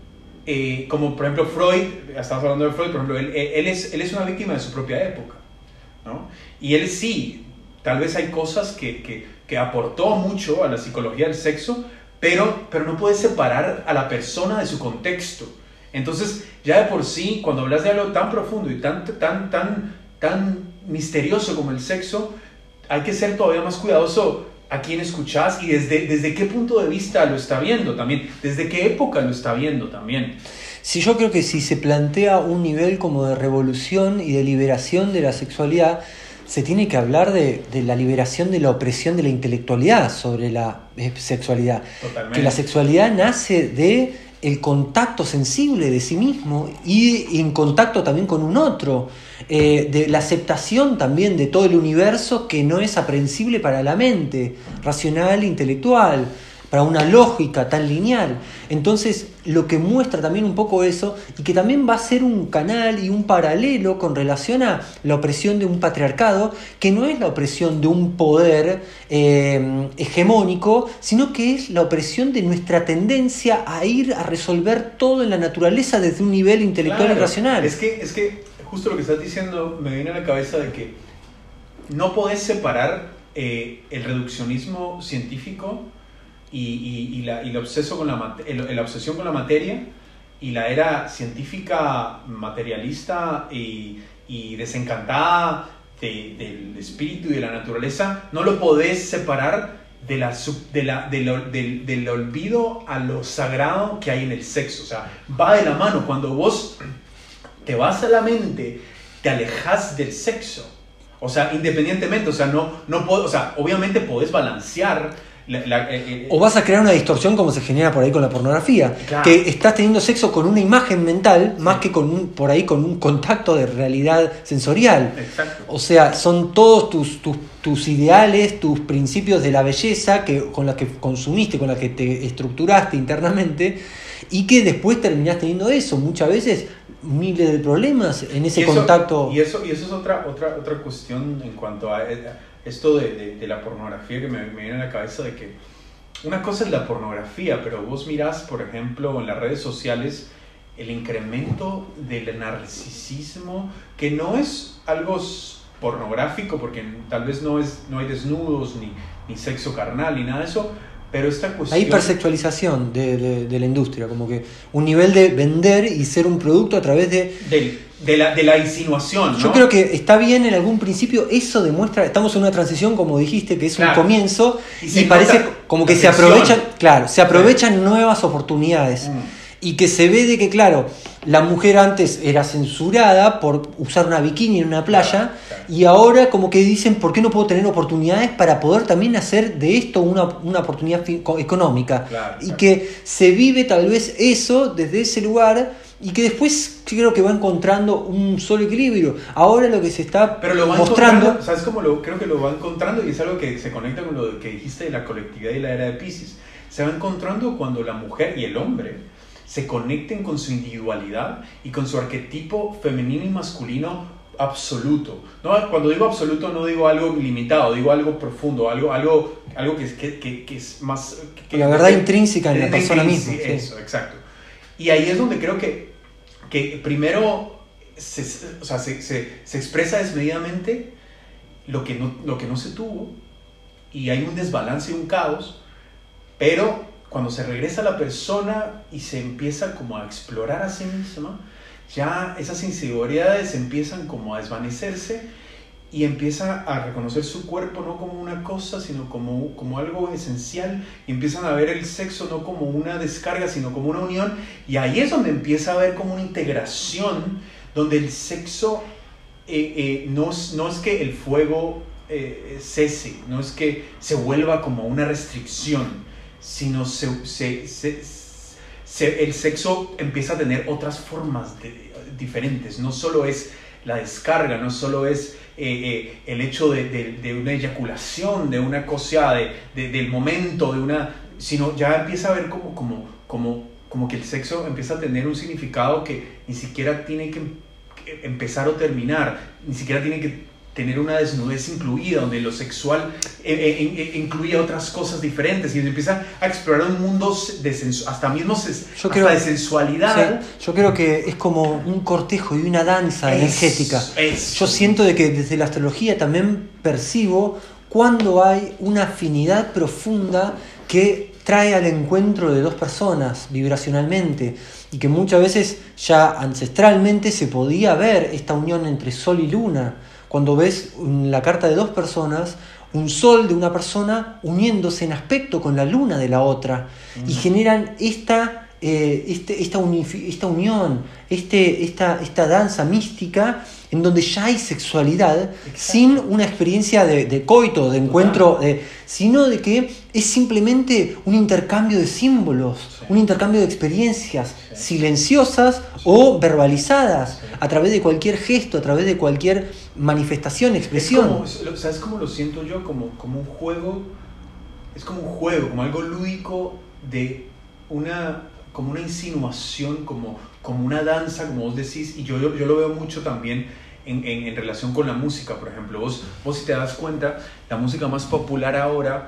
eh, como por ejemplo Freud, estamos hablando de Freud, por ejemplo, él, él, es, él es una víctima de su propia época, ¿no? Y él sí, tal vez hay cosas que, que, que aportó mucho a la psicología del sexo, pero, pero no puedes separar a la persona de su contexto. Entonces, ya de por sí, cuando hablas de algo tan profundo y tan, tan, tan, tan misterioso como el sexo, hay que ser todavía más cuidadoso a quién escuchás y desde, desde qué punto de vista lo está viendo también, desde qué época lo está viendo también. Sí, yo creo que si se plantea un nivel como de revolución y de liberación de la sexualidad, se tiene que hablar de, de la liberación de la opresión de la intelectualidad sobre la eh, sexualidad. Totalmente. Que la sexualidad nace de el contacto sensible de sí mismo y en contacto también con un otro, eh, de la aceptación también de todo el universo que no es aprehensible para la mente racional e intelectual, para una lógica tan lineal. Entonces, lo que muestra también un poco eso, y que también va a ser un canal y un paralelo con relación a la opresión de un patriarcado, que no es la opresión de un poder eh, hegemónico, sino que es la opresión de nuestra tendencia a ir a resolver todo en la naturaleza desde un nivel intelectual claro, y racional. Es que, es que justo lo que estás diciendo me viene a la cabeza de que no podés separar eh, el reduccionismo científico Y, y, y, la, y la, obseso con la, el, la obsesión con la materia y la era científica materialista y, y desencantada de, del espíritu y de la naturaleza, no lo podés separar de la, de la, de lo, del, del olvido a lo sagrado que hay en el sexo. O sea, va de la mano. Cuando vos te vas a la mente, te alejas del sexo. O sea, independientemente, o sea, no, no puedo, o sea, obviamente podés balancear. La, la, eh, eh, o vas a crear una distorsión como se genera por ahí con la pornografía, claro, que estás teniendo sexo con una imagen mental, sí, más que con un, por ahí con un contacto de realidad sensorial. Exacto. O sea, son todos tus, tus, tus ideales, tus principios de la belleza que, con los que consumiste, con los que te estructuraste internamente, y que después terminás teniendo eso, muchas veces miles de problemas en ese y eso, contacto. Y eso, y eso es otra, otra, otra cuestión en cuanto a esto de, de, de la pornografía que me, me viene a la cabeza, de que una cosa es la pornografía, pero vos mirás, por ejemplo, en las redes sociales el incremento del narcisismo, que no es algo pornográfico, porque tal vez no, es, no hay desnudos, ni, ni sexo carnal, ni nada de eso, pero esta cuestión... La hipersexualización de, de, de la industria, como que un nivel de vender y ser un producto a través de... Del, de, la, de la insinuación, ¿no? Yo creo que está bien en algún principio, eso demuestra, estamos en una transición, como dijiste, que es claro, un comienzo, y, y parece como que se aprovechan, claro, se aprovechan sí. nuevas oportunidades. Mm. Y que se ve de que, claro, la mujer antes era censurada por usar una bikini en una playa, claro, claro. Y ahora como que dicen, ¿por qué no puedo tener oportunidades para poder también hacer de esto una, una oportunidad económica? Claro, y claro. que se vive tal vez eso desde ese lugar y que después creo que va encontrando un solo equilibrio. Ahora lo que se está Pero lo va mostrando... ¿Sabes cómo lo, creo que lo va encontrando? Y es algo que se conecta con lo que dijiste de la colectividad y la era de Piscis. Se va encontrando cuando la mujer y el hombre se conecten con su individualidad y con su arquetipo femenino y masculino absoluto. No, cuando digo absoluto no digo algo limitado, digo algo profundo, algo, algo, algo que, que, que, que es más... Que, la verdad que, intrínseca en la persona misma. Eso, sí. Exacto. Y ahí es donde creo que, que primero se, o sea, se, se, se expresa desmedidamente lo que, no, lo que no se tuvo y hay un desbalance y un caos, pero... Cuando se regresa la persona y se empieza como a explorar a sí misma, ya esas inseguridades empiezan como a desvanecerse y empieza a reconocer su cuerpo no como una cosa, sino como, como algo esencial, y empiezan a ver el sexo no como una descarga, sino como una unión, y ahí es donde empieza a haber como una integración, donde el sexo eh, eh, no, no es que el fuego eh, cese, no es que se vuelva como una restricción, sino se, se, se, se, el sexo empieza a tener otras formas de, diferentes, no solo es la descarga, no solo es eh, eh, el hecho de, de, de una eyaculación, de una cosa, de, de, del momento, de una, sino ya empieza a ver como, como, como, como que el sexo empieza a tener un significado que ni siquiera tiene que empezar o terminar, ni siquiera tiene que tener una desnudez incluida, donde lo sexual eh, eh, incluye otras cosas diferentes y empieza a explorar un mundo de sensu- hasta mismo ses- yo hasta creo, de sensualidad. Sí, yo creo que es como un cortejo y una danza Es, energética. es. Yo siento de que desde la astrología también percibo cuando hay una afinidad profunda que trae al encuentro de dos personas vibracionalmente, y que muchas veces ya ancestralmente se podía ver esta unión entre sol y luna. Cuando ves en la carta de dos personas, un sol de una persona uniéndose en aspecto con la luna de la otra, mm. y generan esta, eh, este, esta, unifi- esta unión, este, esta, esta danza mística en donde ya hay sexualidad. Exacto. Sin una experiencia de, de coito, de encuentro, de, sino de que es simplemente un intercambio de símbolos, sí. un intercambio de experiencias, sí. silenciosas, sí. o verbalizadas, sí. a través de cualquier gesto, a través de cualquier manifestación, expresión. Es como, ¿sabes cómo lo siento yo? Como, como un juego, es como un juego, como algo lúdico de una, como una insinuación, como, como una danza, como vos decís, y yo, yo, yo lo veo mucho también en, en, en relación con la música, por ejemplo. Vos, vos si te das cuenta, la música más popular ahora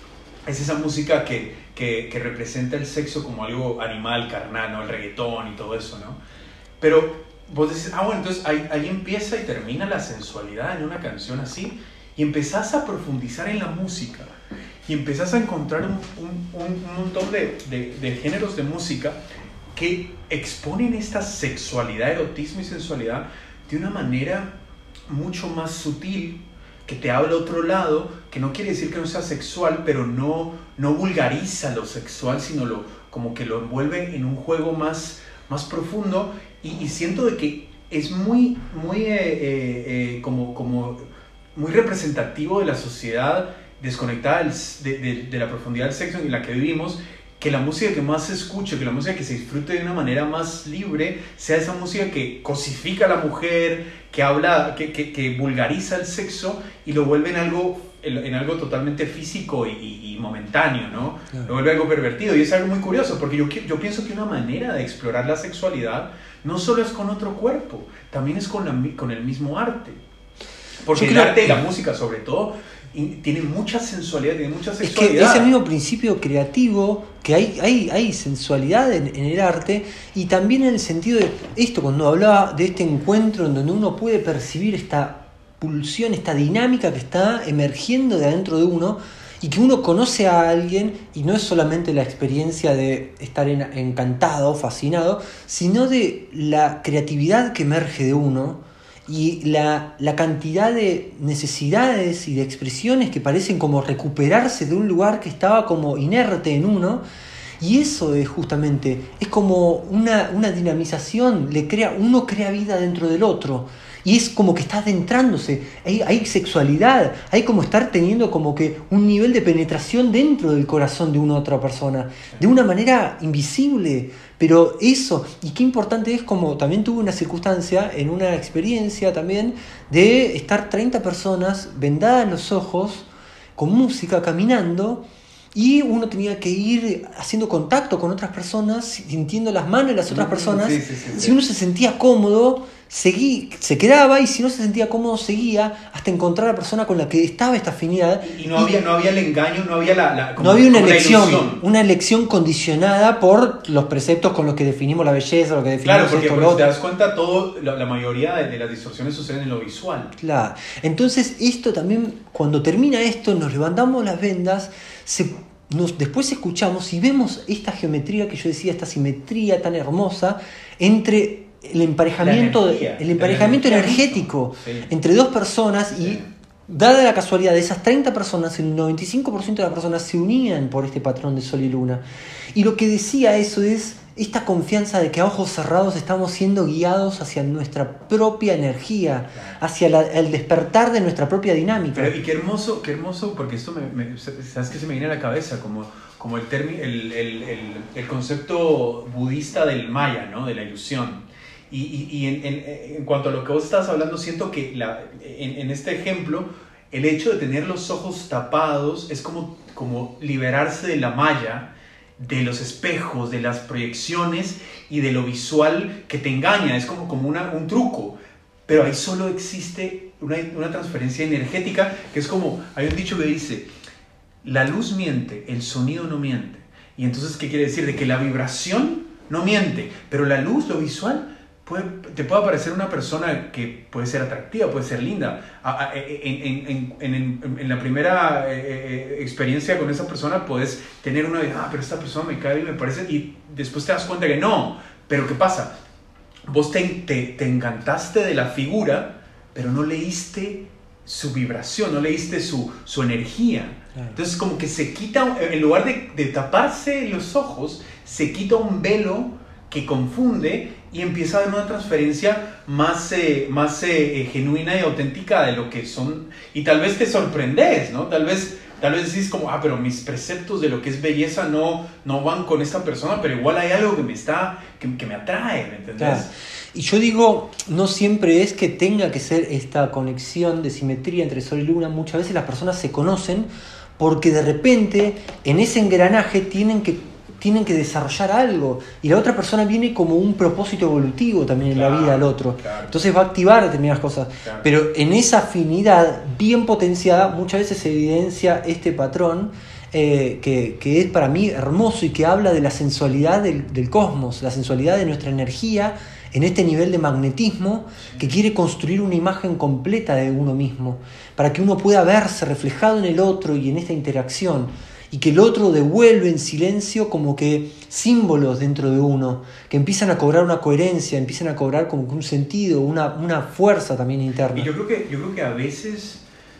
es esa música que, que, que representa el sexo como algo animal, carnal, ¿no? El reggaetón y todo eso, ¿no? Pero vos decís, ah, bueno, entonces ahí, ahí empieza y termina la sensualidad en una canción así, y empezás a profundizar en la música, y empezás a encontrar un, un, un montón de, de, de géneros de música que exponen esta sexualidad, erotismo y sensualidad de una manera mucho más sutil, que te habla otro lado, que no quiere decir que no sea sexual, pero no, no vulgariza lo sexual, sino lo, como que lo envuelve en un juego más, más profundo, y, y siento de que es muy, muy, eh, eh, eh, como, como muy representativo de la sociedad desconectada del, de, de, de la profundidad del sexo en la que vivimos, que la música que más se escuche, que la música que se disfrute de una manera más libre, sea esa música que cosifica a la mujer, que habla, que, que, que vulgariza el sexo y lo vuelve en algo, en algo totalmente físico y, y, y momentáneo, ¿no? Claro. Lo vuelve algo pervertido, y es algo muy curioso, porque yo, yo pienso que una manera de explorar la sexualidad no solo es con otro cuerpo, también es con, la, con el mismo arte. Porque el arte y la música, sobre todo, tiene mucha sensualidad, tiene mucha sexualidad. Es que es el mismo principio creativo, que hay, hay, hay sensualidad en, en el arte, y también en el sentido de esto, cuando hablaba de este encuentro en donde uno puede percibir esta pulsión, esta dinámica que está emergiendo de adentro de uno, y que uno conoce a alguien, y no es solamente la experiencia de estar en, encantado, fascinado, sino de la creatividad que emerge de uno, y la, la cantidad de necesidades y de expresiones que parecen como recuperarse de un lugar que estaba como inerte en uno, y eso es justamente, es como una, una dinamización, le crea, uno crea vida dentro del otro, y es como que está adentrándose, hay, hay sexualidad, hay como estar teniendo como que un nivel de penetración dentro del corazón de una otra persona, de una manera invisible. Pero eso, y qué importante es, como también tuve una circunstancia, en una experiencia también, de estar treinta personas vendadas en los ojos, con música, caminando, y uno tenía que ir haciendo contacto con otras personas, sintiendo las manos de las otras personas. Sí, sí, sí, sí. Si uno se sentía cómodo, seguí, se quedaba, y si no se sentía cómodo, seguía hasta encontrar a la persona con la que estaba esta afinidad. Y, y no, había, no había el engaño, no había la... la como, no había una elección, ilusión. Una elección condicionada por los preceptos con los que definimos la belleza, lo que definimos claro, porque, esto, porque lo si te otro. das cuenta, todo, la, la mayoría de, de las distorsiones suceden en lo visual. Claro. Entonces, esto también, cuando termina esto, nos levantamos las vendas, se... Nos, después escuchamos y vemos esta geometría que yo decía, esta simetría tan hermosa entre el emparejamiento, energía, el emparejamiento energético sí. entre dos personas, sí. y dada la casualidad de esas treinta personas, el noventa y cinco por ciento de las personas se unían por este patrón de sol y luna. Y lo que decía eso es esta confianza de que a ojos cerrados estamos siendo guiados hacia nuestra propia energía, claro, hacia la, el despertar de nuestra propia dinámica. Pero, y qué hermoso, qué hermoso, porque esto me, me, sabes que se me viene a la cabeza como, como el, termi, el, el, el, el concepto budista del maya, ¿no? De la ilusión. Y, y, y en, en, en cuanto a lo que vos estabas hablando, siento que la, en, en este ejemplo, el hecho de tener los ojos tapados es como, como liberarse de la malla, de los espejos, de las proyecciones y de lo visual que te engaña. Es como, como una, un truco, pero ahí solo existe una, una transferencia energética, que es como, hay un dicho que dice, la luz miente, el sonido no miente. Y entonces, ¿qué quiere decir? De que la vibración no miente, pero la luz, lo visual, puede, te puede parecer una persona que puede ser atractiva, puede ser linda. En, en, en, en, en la primera eh, experiencia con esa persona puedes tener una de, ah, pero esta persona me cae bien, me parece, y después te das cuenta que no. Pero ¿qué pasa? Vos te, te, te encantaste de la figura, pero no leíste su vibración, no leíste su, su energía. Claro. Entonces como que se quita, en lugar de, de taparse los ojos, se quita un velo que confunde y empieza a haber una transferencia más, eh, más eh, genuina y auténtica de lo que son, y tal vez te sorprendes, ¿no? Tal vez, tal vez decís como, ah, pero mis preceptos de lo que es belleza no, no van con esta persona, pero igual hay algo que me está, que, que me atrae, ¿me entendés? Claro. Y yo digo, no siempre es que tenga que ser esta conexión de simetría entre Sol y Luna. Muchas veces las personas se conocen porque de repente en ese engranaje tienen que tienen que desarrollar algo, y la otra persona viene como un propósito evolutivo también en claro, la vida del otro, claro. Entonces va a activar determinadas cosas, claro. Pero en esa afinidad bien potenciada muchas veces se evidencia este patrón eh, que, que es para mí hermoso y que habla de la sensualidad del, del cosmos, la sensualidad de nuestra energía en este nivel de magnetismo que quiere construir una imagen completa de uno mismo, para que uno pueda verse reflejado en el otro y en esta interacción, y que el otro devuelve en silencio como que símbolos dentro de uno, que empiezan a cobrar una coherencia, empiezan a cobrar como que un sentido, una, una fuerza también interna. Y yo creo que, yo creo que a veces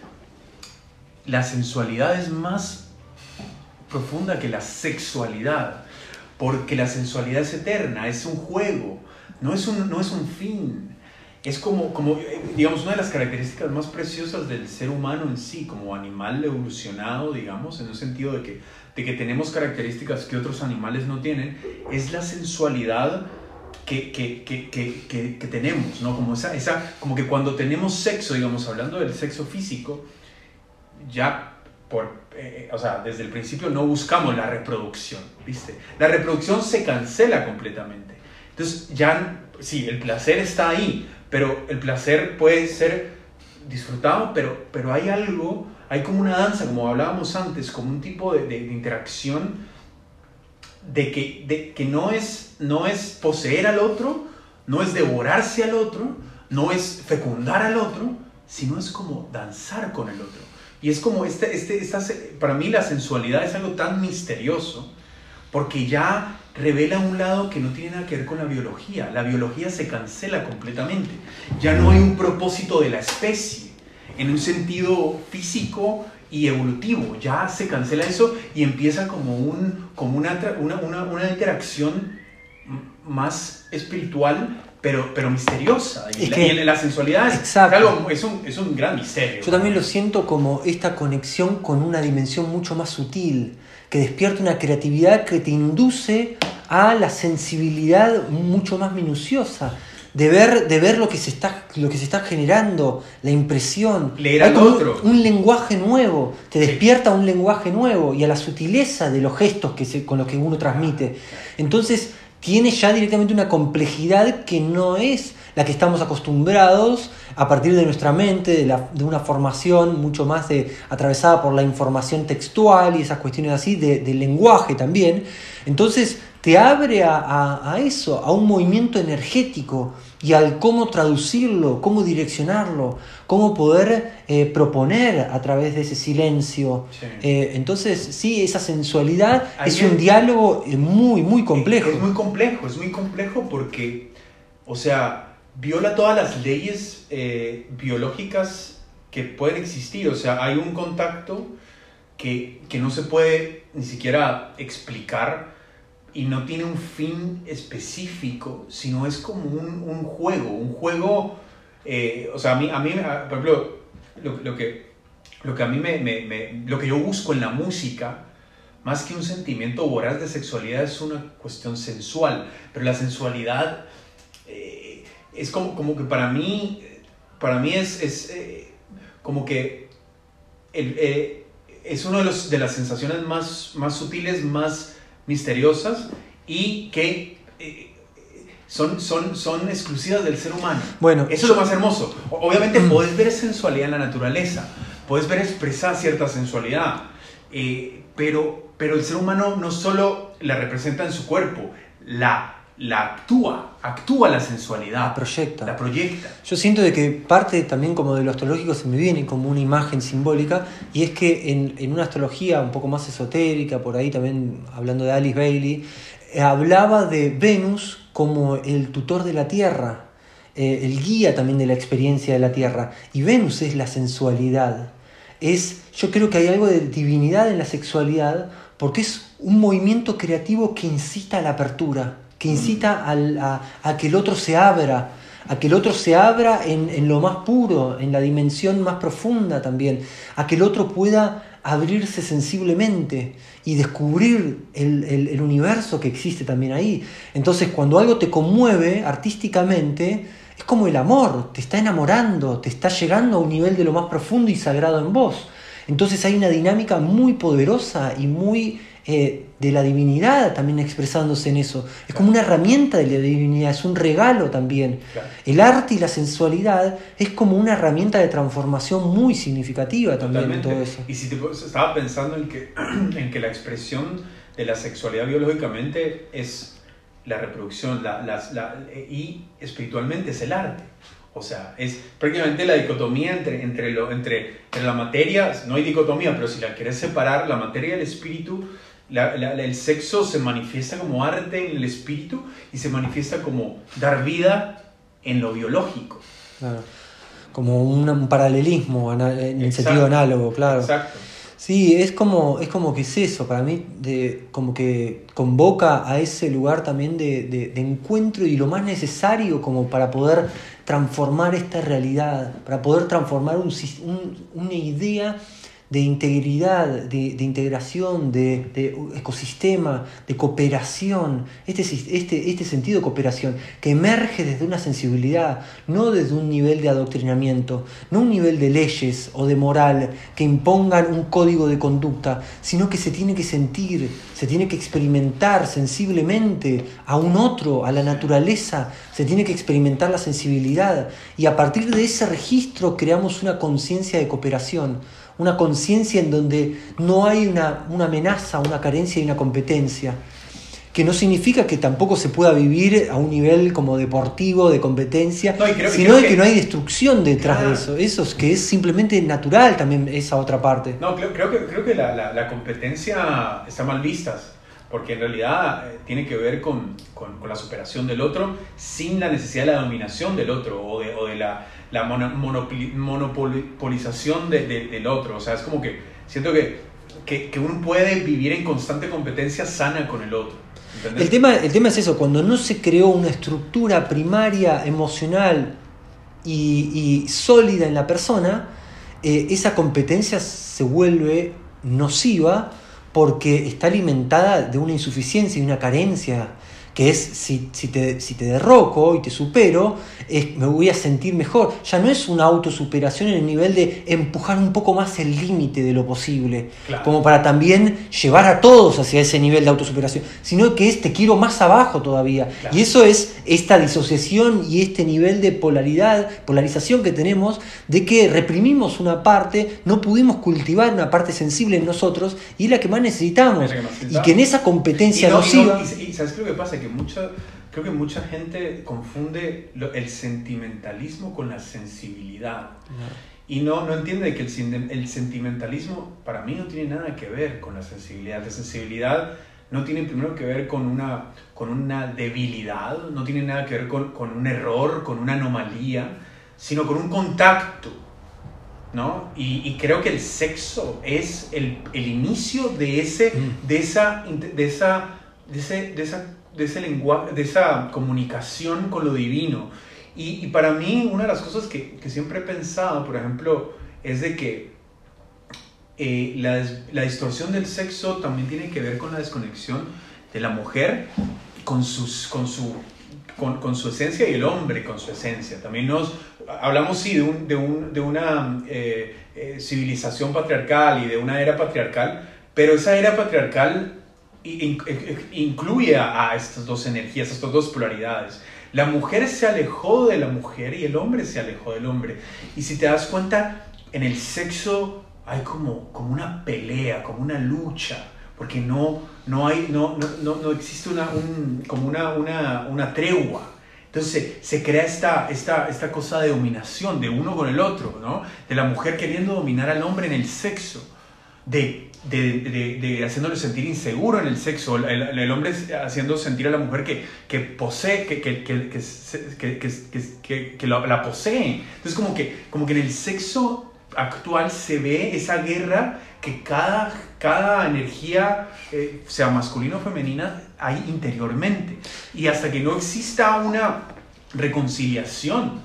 la sensualidad es más profunda que la sexualidad, porque la sensualidad es eterna, es un juego, no es un, no es un fin. Es como, como, digamos, una de las características más preciosas del ser humano en sí, como animal evolucionado, digamos, en el sentido de que, de que tenemos características que otros animales no tienen, es la sensualidad que, que, que, que, que, que tenemos, ¿no? Como, esa, esa, como que cuando tenemos sexo, digamos, hablando del sexo físico, ya, por, eh, o sea, desde el principio no buscamos la reproducción, ¿viste? La reproducción se cancela completamente. Entonces, ya, sí, el placer está ahí, pero el placer puede ser disfrutado, pero, pero hay algo, hay como una danza, como hablábamos antes, como un tipo de, de, de interacción de que, de, que no, es, no es poseer al otro, no es devorarse al otro, no es fecundar al otro, sino es como danzar con el otro. Y es como, este, este, esta, para mí la sensualidad es algo tan misterioso, porque ya revela un lado que no tiene nada que ver con la biología. La biología se cancela completamente. Ya no hay un propósito de la especie en un sentido físico y evolutivo. Ya se cancela eso y empieza como, un, como una, una, una, una interacción más espiritual, pero, pero misteriosa. Y, la, y la sensualidad es, algo, es, un, es un gran misterio. Yo también lo siento como esta conexión con una dimensión mucho más sutil, que despierta una creatividad que te induce a la sensibilidad mucho más minuciosa, de ver, de ver lo que se está, lo que se está generando, la impresión. Leer al otro. Un, un lenguaje nuevo, te despierta sí. Un lenguaje nuevo y a la sutileza de los gestos que se, con los que uno transmite. Entonces tiene ya directamente una complejidad que no es la que estamos acostumbrados a partir de nuestra mente, de, la, de una formación mucho más de, atravesada por la información textual y esas cuestiones así, de, de lenguaje también. Entonces te abre a, a, a eso, a un movimiento energético y al cómo traducirlo, cómo direccionarlo, cómo poder eh, proponer a través de ese silencio. Sí. Eh, entonces, sí, esa sensualidad Ahí es un es, diálogo muy, muy complejo. Es muy complejo, es muy complejo porque, o sea, viola todas las leyes eh, biológicas que pueden existir. O sea, hay un contacto que, que no se puede ni siquiera explicar y no tiene un fin específico, sino es como un, un juego, un juego, eh, o sea, a mí, a mí a, por ejemplo, lo, lo, que, lo que a mí me, me, me, lo que yo busco en la música, más que un sentimiento voraz de sexualidad, es una cuestión sensual, pero la sensualidad eh, es como, como que para mí, para mí es, es eh, como que el, eh, es una de, los, de las sensaciones más, más sutiles, más misteriosas y que eh, son, son, son exclusivas del ser humano. Bueno, eso es lo más hermoso. Obviamente podés ver sensualidad en la naturaleza, podés ver expresar cierta sensualidad, eh, pero, pero el ser humano no solo la representa en su cuerpo, la, la actúa, actúa la sensualidad. La proyecta. La proyecta. Yo siento de que parte también como de lo astrológico se me viene como una imagen simbólica, y es que en, en una astrología un poco más esotérica, por ahí también hablando de Alice Bailey, eh, hablaba de Venus como el tutor de la Tierra, eh, el guía también de la experiencia de la Tierra, y Venus es la sensualidad. Es, yo creo que hay algo de divinidad en la sexualidad, porque es un movimiento creativo que incita a la apertura, que incita al, a, a que el otro se abra, a que el otro se abra en, en lo más puro, en la dimensión más profunda también, a que el otro pueda abrirse sensiblemente y descubrir el, el, el universo que existe también ahí. Entonces, cuando algo te conmueve artísticamente, es como el amor, te está enamorando, te está llegando a un nivel de lo más profundo y sagrado en vos. Entonces hay una dinámica muy poderosa y muy eh, de la divinidad también expresándose en eso. Es claro. Como una herramienta de la divinidad, es un regalo también. Claro. El arte y la sensualidad es como una herramienta de transformación muy significativa también. Totalmente. En todo eso. Y si te, estaba pensando en que, en que la expresión de la sexualidad biológicamente es la reproducción la, la, la, y espiritualmente es el arte. O sea, es prácticamente la dicotomía entre, entre, lo, entre, entre la materia, no hay dicotomía, pero si la quieres separar, la materia y el espíritu, la, la, el sexo se manifiesta como arte en el espíritu y se manifiesta como dar vida en lo biológico. Claro. Como un, un paralelismo en el Exacto. Sentido análogo, claro. Exacto. Sí, es como, es como que es eso, para mí, de, como que convoca a ese lugar también de, de, de encuentro y lo más necesario como para poder transformar esta realidad, para poder transformar un, un, una idea de integridad, de, de integración, de, de ecosistema, de cooperación, este, este, este sentido de cooperación que emerge desde una sensibilidad, no desde un nivel de adoctrinamiento, no un nivel de leyes o de moral que impongan un código de conducta, sino que se tiene que sentir, se tiene que experimentar sensiblemente a un otro, a la naturaleza, se tiene que experimentar la sensibilidad, y a partir de ese registro creamos una conciencia de cooperación, una conciencia en donde no hay una, una amenaza, una carencia y una competencia, que no significa que tampoco se pueda vivir a un nivel como deportivo, de competencia, no, creo, sino creo que, que no hay destrucción detrás claro. de eso, eso es que es simplemente natural también esa otra parte. No, creo, creo que, creo que la, la, la competencia está mal vista, porque en realidad eh, tiene que ver con, con, con la superación del otro sin la necesidad de la dominación del otro o de, o de la, la mono, monopoli, monopolización de, de, del otro. O sea, es como que siento que, que, que uno puede vivir en constante competencia sana con el otro. El tema, el tema es eso, cuando no se creó una estructura primaria, emocional y, y sólida en la persona, eh, esa competencia se vuelve nociva, porque está alimentada de una insuficiencia y una carencia, que es si, si, te, si te derroco y te supero, es, me voy a sentir mejor. Ya no es una autosuperación en el nivel de empujar un poco más el límite de lo posible, claro. como para también llevar a todos hacia ese nivel de autosuperación, sino que es te quiero más abajo todavía. Claro. Y eso es esta disociación y este nivel de polaridad, polarización que tenemos, de que reprimimos una parte, no pudimos cultivar una parte sensible en nosotros, y es la que más necesitamos. Que más y que en esa competencia y no, nociva... Y, no, y, y ¿sabes qué es lo que pasa? Que mucha, creo que mucha gente confunde lo, el sentimentalismo con la sensibilidad. No. Y no, no entiende que el, el sentimentalismo para mí no tiene nada que ver con la sensibilidad. La sensibilidad no tiene primero que ver con una, con una debilidad, no tiene nada que ver con, con un error, con una anomalía, sino con un contacto, ¿no? Y, y creo que el sexo es el, el inicio de, ese, mm. de esa... De esa de, ese, de, esa, de ese lenguaje, de esa comunicación con lo divino. Y, y para mí, una de las cosas que, que siempre he pensado, por ejemplo, es de que eh, la, la distorsión del sexo también tiene que ver con la desconexión de la mujer con, sus, con, su, con, con su esencia y el hombre con su esencia. También nos hablamos, sí, de, un, de, un, de una eh, eh, civilización patriarcal y de una era patriarcal, pero esa era patriarcal incluye a estas dos energías, a estas dos polaridades. La mujer se alejó de la mujer y el hombre se alejó del hombre. Y si te das cuenta, en el sexo hay como, como una pelea, como una lucha, porque no, no, hay, no, no, no, no existe una, un, como una, una, una tregua. Entonces se, se crea esta, esta, esta cosa de dominación de uno con el otro, ¿no? De la mujer queriendo dominar al hombre en el sexo, de, de, de, de haciéndole sentir inseguro en el sexo, el, el hombre haciendo sentir a la mujer que, que posee, que, que, que, que, que, que, que, que la, la posee. Entonces como que, como que en el sexo actual se ve esa guerra que cada, cada energía, eh, sea masculina o femenina, hay interiormente. Y hasta que no exista una reconciliación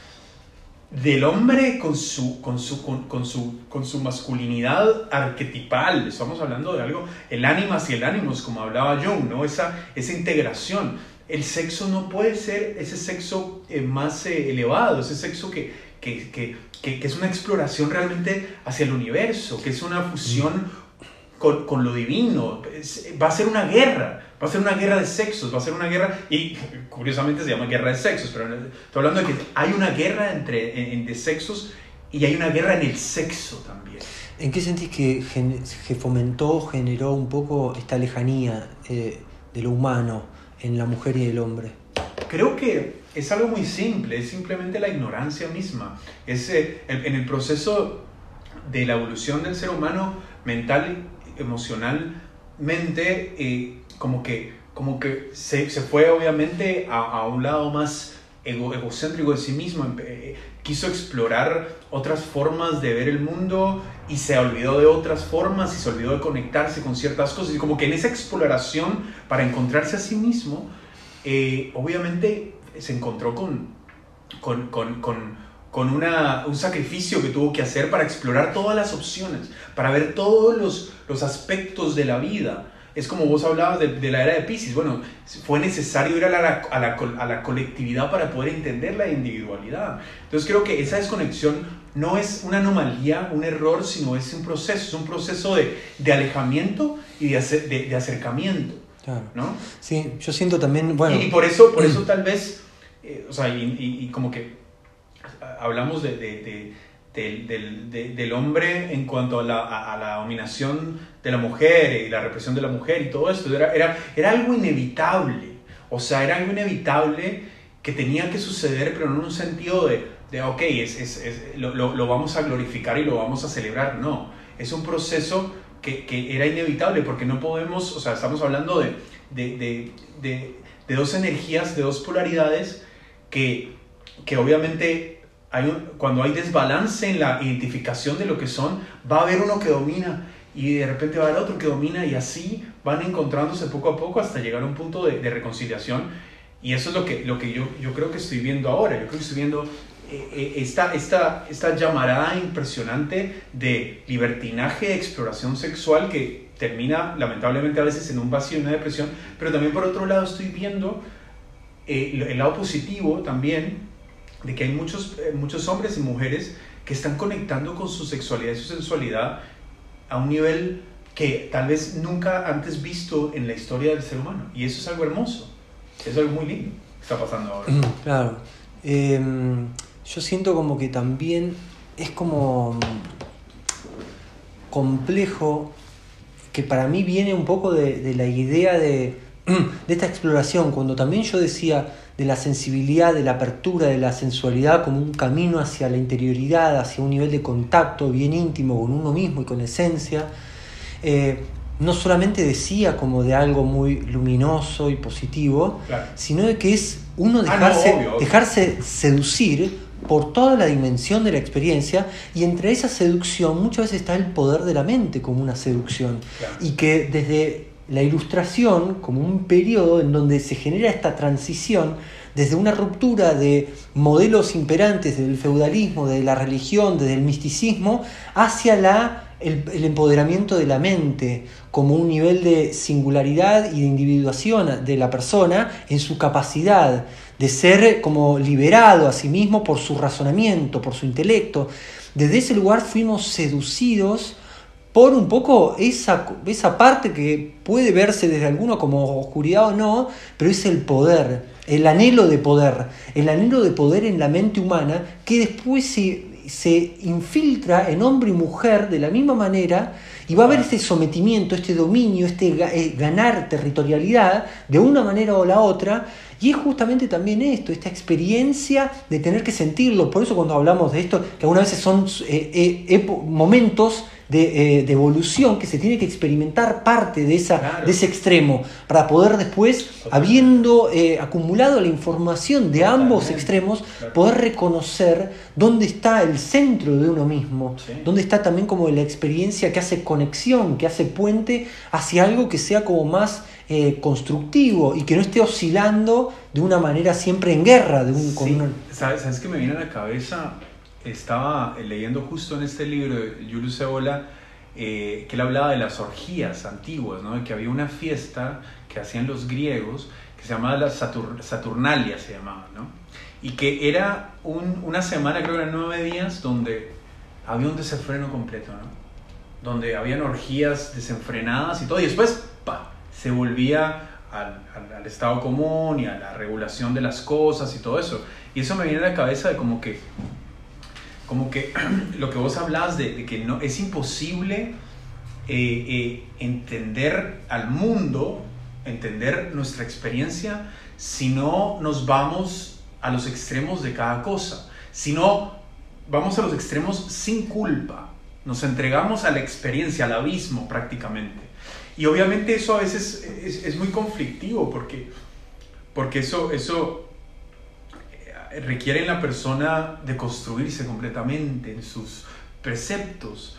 del hombre con su, con su, con, con su, con su masculinidad arquetipal, estamos hablando de algo, el ánimas y el ánimos, como hablaba Jung, ¿no? esa, esa integración. El sexo no puede ser ese sexo eh, más eh, elevado, ese sexo que, que, que, que, que es una exploración realmente hacia el universo, que es una fusión con, con lo divino. Es, va a ser una guerra, va a ser una guerra de sexos, va a ser una guerra, y curiosamente se llama guerra de sexos, pero estoy hablando de que hay una guerra entre, en, de sexos y hay una guerra en el sexo también. ¿En qué sentís que, que fomentó, generó un poco esta lejanía eh, de lo humano en la mujer y el hombre? Creo que es algo muy simple, es simplemente la ignorancia misma. Es, eh, en el proceso de la evolución del ser humano, mental, emocionalmente, eh, como que, como que se, se fue obviamente a, a un lado más ego, egocéntrico de sí mismo, eh, quiso explorar otras formas de ver el mundo y se olvidó de otras formas y se olvidó de conectarse con ciertas cosas, y como que en esa exploración para encontrarse a sí mismo, eh, obviamente se encontró con, con, con, con, con una, un sacrificio que tuvo que hacer para explorar todas las opciones, para ver todos los, los aspectos de la vida. Es como vos hablabas de, de la era de Piscis. Bueno, fue necesario ir a la, a, la, a la colectividad para poder entender la individualidad. Entonces creo que esa desconexión no es una anomalía, un error, sino es un proceso, es un proceso de, de alejamiento y de, acer, de, de acercamiento. Claro. ¿No? Sí, yo siento también, bueno... Y, y por eso, por eso tal vez, eh, o sea, y, y, y como que hablamos de... de, de Del, del, de, del hombre en cuanto a la, a, a la dominación de la mujer y la represión de la mujer y todo esto, era, era, era algo inevitable, o sea, era algo inevitable que tenía que suceder, pero no en un sentido de, de ok, es, es, es, lo, lo, lo vamos a glorificar y lo vamos a celebrar, no, es un proceso que, que era inevitable, porque no podemos, o sea, estamos hablando de, de, de, de, de dos energías, de dos polaridades que, que obviamente... Hay un, cuando hay desbalance en la identificación de lo que son, va a haber uno que domina y de repente va a haber otro que domina, y así van encontrándose poco a poco hasta llegar a un punto de, de reconciliación. Y eso es lo que, lo que yo, yo creo que estoy viendo ahora. Yo creo que estoy viendo eh, esta, esta, esta llamarada impresionante de libertinaje, de exploración sexual, que termina lamentablemente a veces en un vacío y una depresión. Pero también por otro lado estoy viendo eh, el lado positivo también, de que hay muchos, eh, muchos hombres y mujeres que están conectando con su sexualidad y su sensualidad a un nivel que tal vez nunca antes visto en la historia del ser humano. Y eso es algo hermoso, es algo muy lindo que está pasando ahora. Claro. Eh, yo siento como que también es como complejo, que para mí viene un poco de, de la idea de, de esta exploración, cuando también yo decía de la sensibilidad, de la apertura, de la sensualidad como un camino hacia la interioridad, hacia un nivel de contacto bien íntimo con uno mismo y con esencia, eh, no solamente decía como de algo muy luminoso y positivo, claro, sino de que es uno dejarse, ah, no, obvio, obvio. dejarse seducir por toda la dimensión de la experiencia, y entre esa seducción muchas veces está el poder de la mente como una seducción, claro, y que desde la Ilustración como un periodo en donde se genera esta transición desde una ruptura de modelos imperantes del feudalismo, de la religión, desde el misticismo, hacia la, el, el empoderamiento de la mente como un nivel de singularidad y de individuación de la persona en su capacidad de ser como liberado a sí mismo por su razonamiento, por su intelecto. Desde ese lugar fuimos seducidos por un poco esa, esa parte que puede verse desde alguno como oscuridad o no, pero es el poder, el anhelo de poder, el anhelo de poder en la mente humana que después se, se infiltra en hombre y mujer de la misma manera, y va a haber este sometimiento, este dominio, este ganar territorialidad de una manera o la otra. Y es justamente también esto, esta experiencia de tener que sentirlo. Por eso cuando hablamos de esto, que algunas veces son eh, eh, momentos de, eh, de evolución que se tiene que experimentar parte de, esa, claro. de ese extremo, para poder después, habiendo eh, acumulado la información de ambos extremos, claro. poder reconocer dónde está el centro de uno mismo, sí. dónde está también como la experiencia que hace conexión, que hace puente hacia algo que sea como más Eh, constructivo y que no esté oscilando de una manera siempre en guerra. De un, sí. con una... ¿Sabes, ¿Sabes qué me viene a la cabeza? Estaba leyendo justo en este libro de Julius Evola eh, que él hablaba de las orgías antiguas, ¿no? De que había una fiesta que hacían los griegos que se llamaba la Satur- Saturnalia, se llamaba, ¿no? Y que era un, una semana, creo que eran nueve días, donde había un desenfreno completo, ¿no? Donde habían orgías desenfrenadas y todo, y después, ¡pa!, se volvía al, al, al estado común y a la regulación de las cosas y todo eso. Y eso me viene a la cabeza de como que, como que lo que vos hablás de, de que no, es imposible eh, eh, entender al mundo, entender nuestra experiencia, si no nos vamos a los extremos de cada cosa. Si no vamos a los extremos sin culpa, nos entregamos a la experiencia, al abismo prácticamente. Y obviamente eso a veces es, es muy conflictivo porque, porque eso, eso requiere en la persona de construirse completamente en sus preceptos.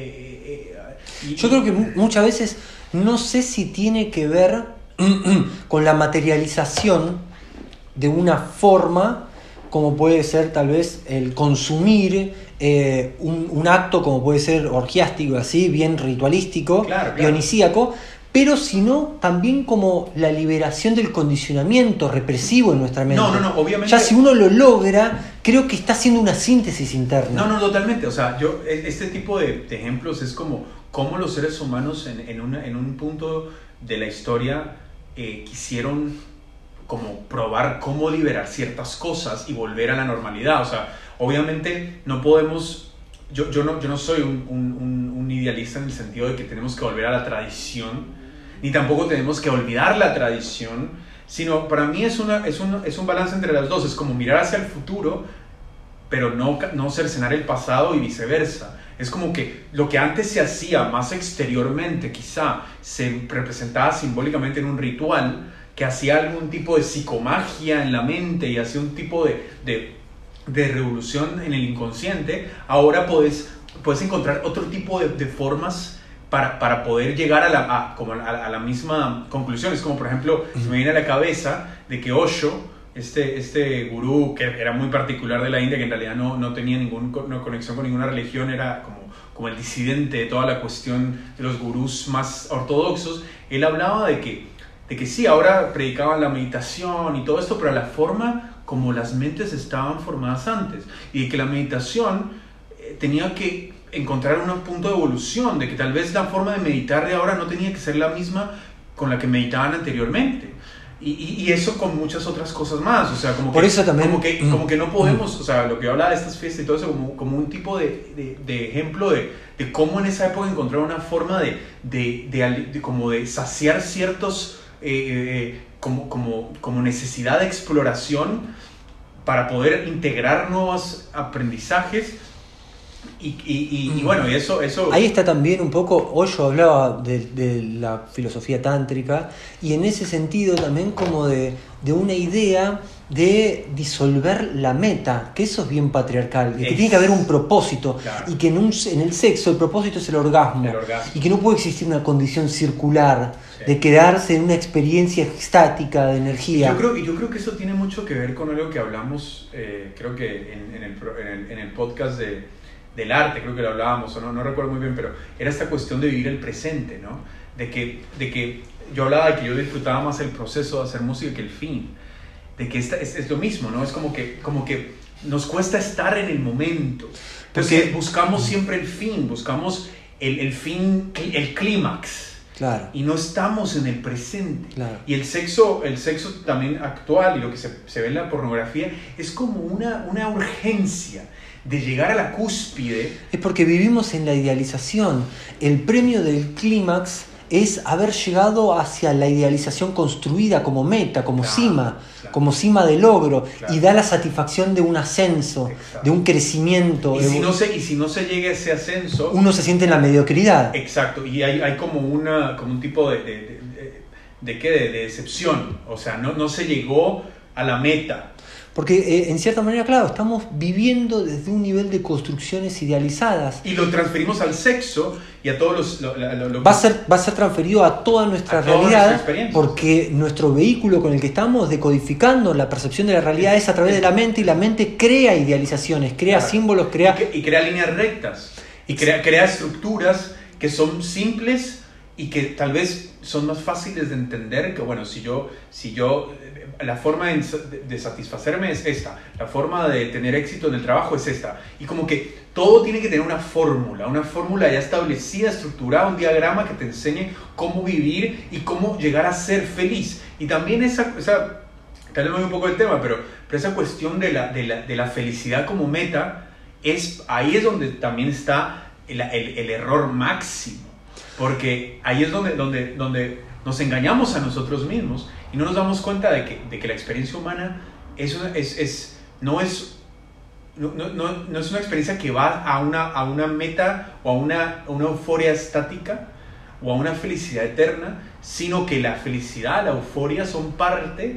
Eh, eh, y, Yo creo que muchas veces no sé si tiene que ver con la materialización de una forma como puede ser tal vez el consumir eh, un, un acto como puede ser orgiástico, así, bien ritualístico, claro, claro. dionisíaco, pero sino también como la liberación del condicionamiento represivo en nuestra mente. No, no, no, obviamente. Ya si uno lo logra, creo que está haciendo una síntesis interna. No, no, totalmente. O sea, yo, este tipo de, de ejemplos es como cómo los seres humanos en, en, una, en un punto de la historia eh, quisieron como probar cómo liberar ciertas cosas y volver a la normalidad. O sea, obviamente no podemos, yo, yo, no, yo no soy un, un, un idealista en el sentido de que tenemos que volver a la tradición, ni tampoco tenemos que olvidar la tradición, sino para mí es, una, es, un, es un balance entre las dos. Es como mirar hacia el futuro, pero no, no cercenar el pasado y viceversa. Es como que lo que antes se hacía más exteriormente, quizá se representaba simbólicamente en un ritual, que hacía algún tipo de psicomagia en la mente y hacía un tipo de, de, de revolución en el inconsciente, ahora puedes, puedes encontrar otro tipo de, de formas para, para poder llegar a la, a, como a, a la misma conclusión. Es como, por ejemplo, se me viene a la cabeza de que Osho, este, este gurú que era muy particular de la India, que en realidad no, no tenía ninguna conexión con ninguna religión, era como, como el disidente de toda la cuestión de los gurús más ortodoxos, él hablaba de que de que sí, ahora predicaban la meditación y todo esto, pero la forma como las mentes estaban formadas antes, y de que la meditación eh, tenía que encontrar un punto de evolución, de que tal vez la forma de meditar de ahora no tenía que ser la misma con la que meditaban anteriormente, y, y, y eso con muchas otras cosas más. O sea, como que, Por eso también, como que, como que no podemos, o sea, lo que yo hablaba de estas fiestas y todo eso, como, como un tipo de, de, de ejemplo de, de cómo en esa época encontrar una forma de, de, de, de, como de saciar ciertos Eh, eh, como, como, como necesidad de exploración para poder integrar nuevos aprendizajes y, y, y, y bueno, y eso, eso... Ahí está también un poco, Osho hablaba de, de la filosofía tántrica, y en ese sentido también como de, de una idea de disolver la meta, que eso es bien patriarcal, que es, tiene que haber un propósito, claro. Y que en, un, en el sexo el propósito es el orgasmo, el orgasmo, y que no puede existir una condición circular, Sí. de quedarse en una experiencia estática de energía. Y yo creo, y yo creo que eso tiene mucho que ver con algo que hablamos, eh, creo que en, en, el, en, el, en el podcast de, del arte, creo que lo hablábamos, o no, no recuerdo muy bien, pero era esta cuestión de vivir el presente, ¿no? De que, de que yo hablaba de que yo disfrutaba más el proceso de hacer música que el fin, de que esta, es, es lo mismo, ¿no? Es como que, como que nos cuesta estar en el momento, entonces Porque buscamos siempre el fin, buscamos el, el fin, el clímax. Claro. Y no estamos en el presente. Claro. Y el sexo, el sexo también actual y lo que se, se ve en la pornografía es como una, una urgencia de llegar a la cúspide. Es porque vivimos en la idealización. El premio del clímax es haber llegado hacia la idealización construida como meta, como Claro, cima, claro. como cima de logro, Claro. y da la satisfacción de un ascenso, Exacto. de un crecimiento. Y si, no se, y si no se llega a ese ascenso, uno se siente en la mediocridad. exacto, y hay, hay como, una, como un tipo de, de, de, de, de, ¿qué? de, de decepción, o sea, no, no se llegó a la meta. Porque eh, en cierta manera, claro, estamos viviendo desde un nivel de construcciones idealizadas. Y lo transferimos al sexo y a todos los... Lo, lo, lo, Va a ser, va a ser transferido a toda nuestra a toda realidad, nuestra experiencia. porque nuestro vehículo con el que estamos decodificando la percepción de la realidad es a través de la mente, y la mente crea idealizaciones, crea Claro. símbolos, crea... Y, que, y crea líneas rectas, y crea, crea estructuras que son simples y que tal vez son más fáciles de entender, que bueno, si yo, si yo la forma de, de satisfacerme es esta, la forma de tener éxito en el trabajo es esta, y como que todo tiene que tener una fórmula, una fórmula ya establecida, estructurada, un diagrama que te enseñe cómo vivir y cómo llegar a ser feliz. Y también esa, esa tal vez me voy un poco del tema, pero, pero esa cuestión de la, de, la, de la felicidad como meta, es, ahí es donde también está el, el, el error máximo, porque ahí es donde, donde, donde nos engañamos a nosotros mismos y no nos damos cuenta de que, de que la experiencia humana es una, es, es, no, es, no, no, no es una experiencia que va a una, a una meta o a una, a una euforia estática o a una felicidad eterna, sino que la felicidad, la euforia son parte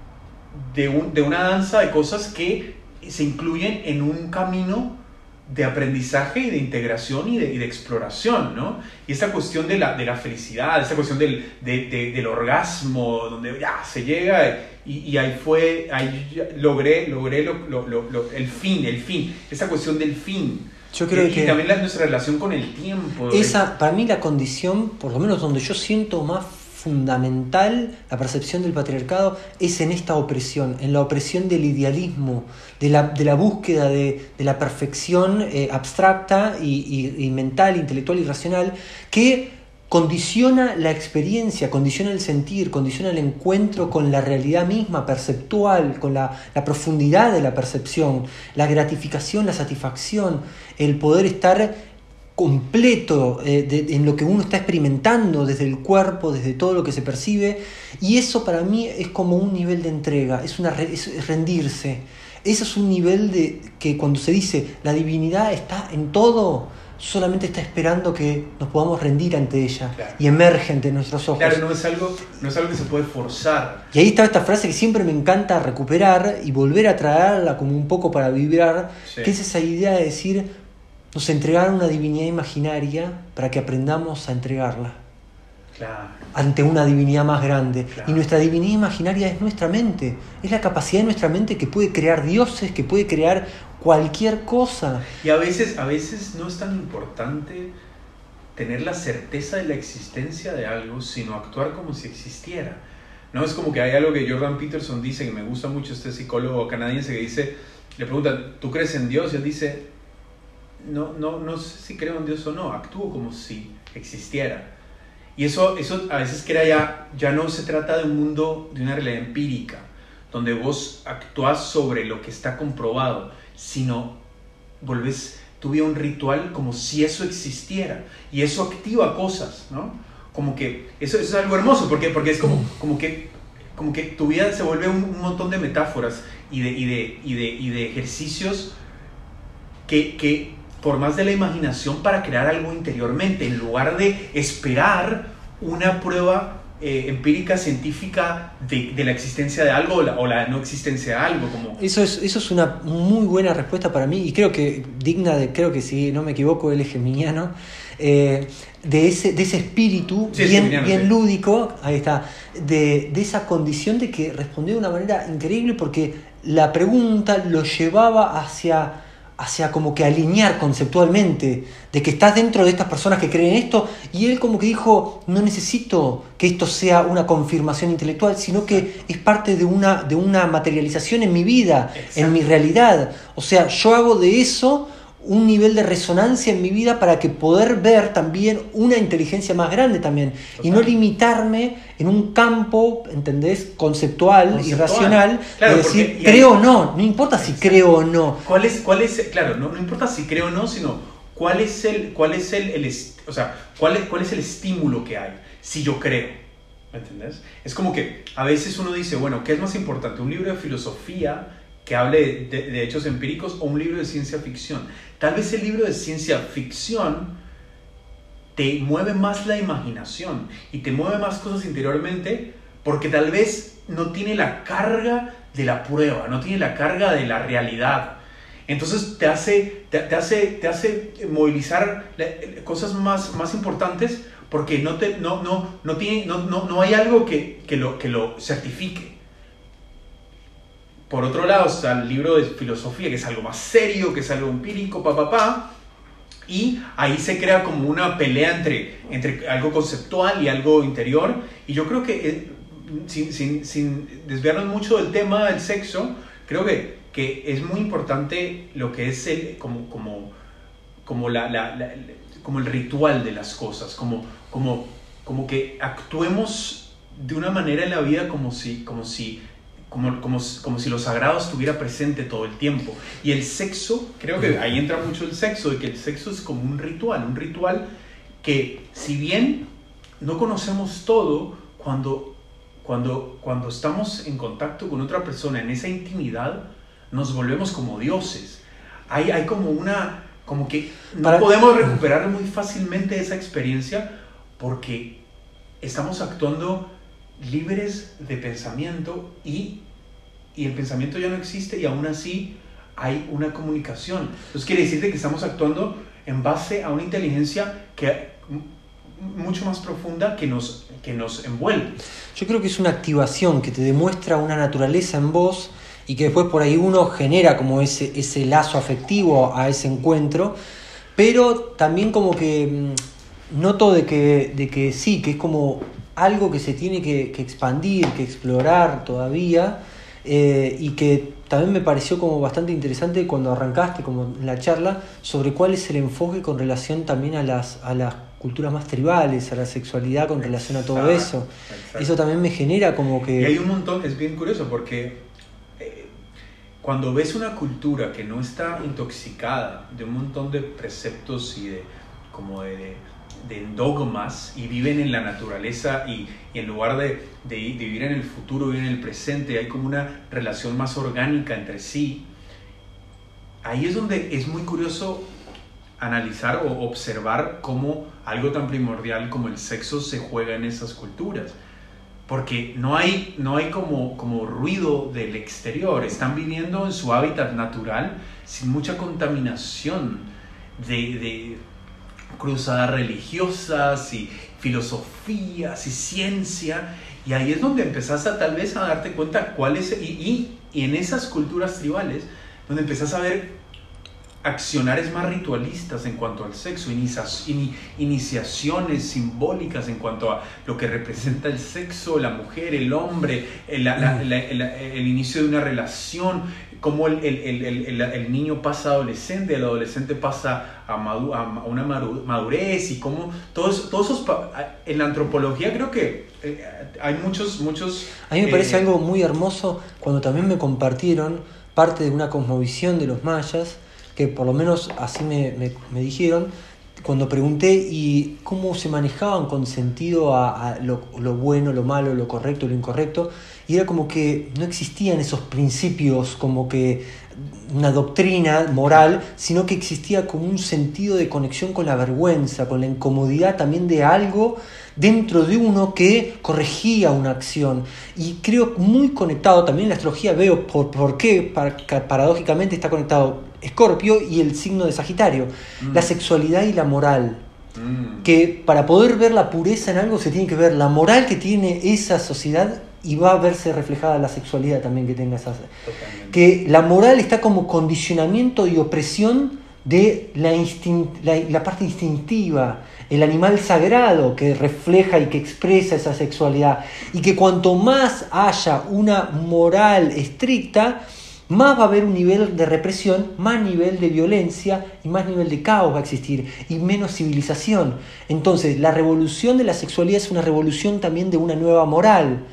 de, un, de una danza de cosas que se incluyen en un camino de aprendizaje y de integración y de, y de exploración, ¿no? Y esta cuestión de la, de la felicidad, esta cuestión del, de, de, del orgasmo, donde ya se llega y, y ahí fue, ahí ya logré, logré lo, lo, lo, lo, el fin, el fin, esta cuestión del fin. Yo creo y, que y también la, nuestra relación con el tiempo. Esa, para mí la condición, por lo menos donde yo siento más fundamental la percepción del patriarcado, es en esta opresión, en la opresión del idealismo, de la, de la búsqueda de, de la perfección eh, abstracta y, y, y mental, intelectual y racional, que condiciona la experiencia, condiciona el sentir, condiciona el encuentro con la realidad misma, perceptual, con la, la profundidad de la percepción, la gratificación, la satisfacción, el poder estar completo eh, de, de, en lo que uno está experimentando desde el cuerpo, desde todo lo que se percibe, y eso para mí es como un nivel de entrega, es, una, es, es rendirse. Ese es un nivel de que cuando se dice la divinidad está en todo, solamente está esperando que nos podamos rendir ante ella, claro, y emerge ante nuestros ojos. Claro, no es algo, no es algo que se puede forzar. Y ahí está esta frase que siempre me encanta recuperar y volver a traerla como un poco para vibrar, sí, que es esa idea de decir: nos entregaron una divinidad imaginaria para que aprendamos a entregarla, claro, ante una divinidad más grande. Claro. Y nuestra divinidad imaginaria es nuestra mente, es la capacidad de nuestra mente que puede crear dioses, que puede crear cualquier cosa. Y a veces, a veces no es tan importante tener la certeza de la existencia de algo, sino actuar como si existiera. No es como que hay algo que Jordan Peterson dice, que me gusta mucho, este psicólogo canadiense, que dice, le preguntan, ¿tú crees en Dios? Y él dice, no, no, no sé si creo en Dios o no, actúo como si existiera. Y eso, eso a veces crea ya, ya no se trata de un mundo, de una realidad empírica, donde vos actuás sobre lo que está comprobado, sino volvés tu vida un ritual como si eso existiera, y eso activa cosas, ¿no? Como que eso, eso es algo hermoso, porque, porque es como, como, que, como que tu vida se vuelve un, un montón de metáforas y de, y de, y de, y de ejercicios que, que por más de la imaginación para crear algo interiormente, en lugar de esperar una prueba eh, empírica, científica de, de la existencia de algo o la, o la no existencia de algo. Como... Eso es, eso es una muy buena respuesta para mí y creo que digna de, creo que si no me equivoco, él es geminiano, eh, de, ese, de ese espíritu sí, bien, geminiano, bien sí. lúdico, ahí está, de, de esa condición de que respondió de una manera increíble porque la pregunta lo llevaba hacia... hacia como que alinear conceptualmente, de que estás dentro de estas personas que creen esto, y él como que dijo, no necesito que esto sea una confirmación intelectual, sino que es parte de una, de una materialización en mi vida, Exacto. En mi realidad. O sea, yo hago de eso un nivel de resonancia en mi vida para que poder ver también una inteligencia más grande también. Total. Y no limitarme en un campo, ¿entendés? Conceptual, Conceptual. y racional, claro, de decir, porque, creo o no, no importa si Exacto. creo o no. ¿Cuál es, cuál es, claro, no, no importa si creo o no, sino cuál es el, cuál es el, el o sea, cuál es, cuál es el estímulo que hay si yo creo, ¿me entendés? Es como que a veces uno dice, bueno, ¿qué es más importante? ¿Un libro de filosofía que hable de, de hechos empíricos o un libro de ciencia ficción? Tal vez el libro de ciencia ficción te mueve más la imaginación y te mueve más cosas interiormente porque tal vez no tiene la carga de la prueba, no tiene la carga de la realidad. Entonces te hace, te, te hace, te hace movilizar cosas más, más importantes porque no, te, no, no, no, tiene, no, no, no hay algo que, que, lo, que lo certifique. Por otro lado está el libro de filosofía, que es algo más serio, que es algo empírico, pa, pa, pa, y ahí se crea como una pelea entre, entre algo conceptual y algo interior, y yo creo que, eh, sin, sin, sin desviarnos mucho del tema del sexo, creo que, que es muy importante lo que es el, como, como, como, la, la, la, como el ritual de las cosas, como, como, como que actuemos de una manera en la vida como si... Como si Como, como, como si lo sagrado estuviera presente todo el tiempo. Y el sexo, creo que ahí entra mucho el sexo, de que el sexo es como un ritual, un ritual que si bien no conocemos todo, cuando, cuando, cuando estamos en contacto con otra persona, en esa intimidad, nos volvemos como dioses. Hay, hay como una, como que no Para... podemos recuperar muy fácilmente esa experiencia porque estamos actuando libres de pensamiento y, y el pensamiento ya no existe y aún así hay una comunicación. Entonces quiere decir que estamos actuando en base a una inteligencia que mucho más profunda que nos, que nos envuelve. Yo creo que es una activación que te demuestra una naturaleza en vos y que después por ahí uno genera como ese, ese lazo afectivo a ese encuentro, pero también como que noto de que, de que sí, que es como algo que se tiene que, que expandir, que explorar todavía, eh, y que también me pareció como bastante interesante cuando arrancaste como en la charla sobre cuál es el enfoque con relación también a las, a las culturas más tribales, a la sexualidad con relación a todo eso. Exacto. Eso también me genera como que... Y hay un montón, es bien curioso porque eh, cuando ves una cultura que no está intoxicada de un montón de preceptos y de como de... de dogmas y viven en la naturaleza y, y en lugar de, de, de vivir en el futuro, viven en el presente, hay como una relación más orgánica entre sí. Ahí es donde es muy curioso analizar o observar cómo algo tan primordial como el sexo se juega en esas culturas, porque no hay, no hay como, como ruido del exterior, están viviendo en su hábitat natural sin mucha contaminación de... de cruzadas religiosas y filosofías y ciencia, y ahí es donde empezás a tal vez a darte cuenta cuál es, y, y, y en esas culturas tribales donde empezás a ver accionares más ritualistas en cuanto al sexo, inicia, in, iniciaciones simbólicas en cuanto a lo que representa el sexo, la mujer, el hombre, el, la, la, la, el, el inicio de una relación, cómo el, el, el, el, el niño pasa a adolescente, el adolescente pasa a, madu, a una madurez, y cómo todos, todos esos... En la antropología creo que eh, hay muchos... muchos a mí me eh, parece algo muy hermoso cuando también me compartieron parte de una cosmovisión de los mayas, que por lo menos así me, me, me dijeron, cuando pregunté y cómo se manejaban con sentido a, a lo, lo bueno, lo malo, lo correcto, lo incorrecto, y era como que no existían esos principios, como que una doctrina moral, sino que existía como un sentido de conexión con la vergüenza, con la incomodidad también de algo, dentro de uno que corregía una acción. Y creo muy conectado, también en la astrología veo por, por qué par, paradójicamente está conectado Escorpio y el signo de Sagitario, mm. la sexualidad y la moral. Mm. Que para poder ver la pureza en algo se tiene que ver la moral que tiene esa sociedad y va a verse reflejada la sexualidad también que tenga esa. Totalmente. Que la moral está como condicionamiento y opresión de la, instinct, la, la parte instintiva, el animal sagrado que refleja y que expresa esa sexualidad, y que cuanto más haya una moral estricta, más va a haber un nivel de represión, más nivel de violencia y más nivel de caos va a existir y menos civilización. Entonces la revolución de la sexualidad es una revolución también de una nueva moral,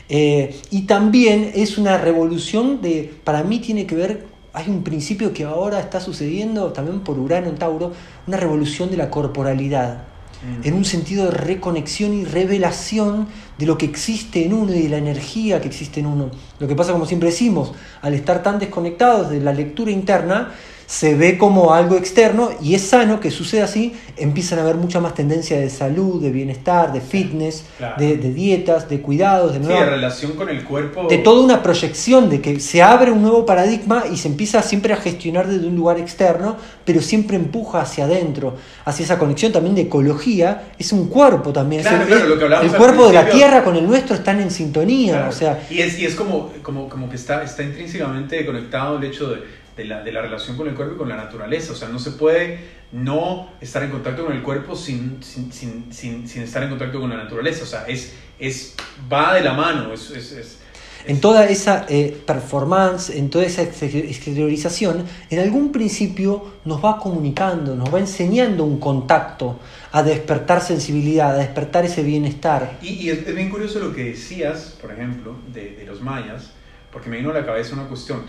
eh, y también es una revolución de, para mí tiene que ver, hay un principio que ahora está sucediendo también por Urano en Tauro, una revolución de la corporalidad, mm. en un sentido de reconexión y revelación de lo que existe en uno y de la energía que existe en uno. Lo que pasa, como siempre decimos, al estar tan desconectados de la lectura interna, se ve como algo externo, y es sano que suceda así. Empiezan a haber mucha más tendencia de salud, de bienestar, de fitness, claro. de, de dietas, de cuidados, de, nueva, sí, de relación con el cuerpo, de toda una proyección de que se abre un nuevo paradigma y se empieza siempre a gestionar desde un lugar externo, pero siempre empuja hacia adentro, hacia esa conexión también de ecología. Es un cuerpo también, claro, es claro, el, lo que el cuerpo de la tierra con el nuestro están en sintonía, claro. o sea, y es, y es como, como, como que está, está intrínsecamente conectado el hecho de De la, de la relación con el cuerpo y con la naturaleza. O sea, no se puede no estar en contacto con el cuerpo sin, sin, sin, sin, sin estar en contacto con la naturaleza. O sea, es, es, va de la mano. Es, es, es, en toda esa eh, performance, en toda esa exteriorización, en algún principio nos va comunicando, nos va enseñando un contacto, a despertar sensibilidad, a despertar ese bienestar. Y, y es, es bien curioso lo que decías, por ejemplo, de, de los mayas, porque me vino a la cabeza una cuestión.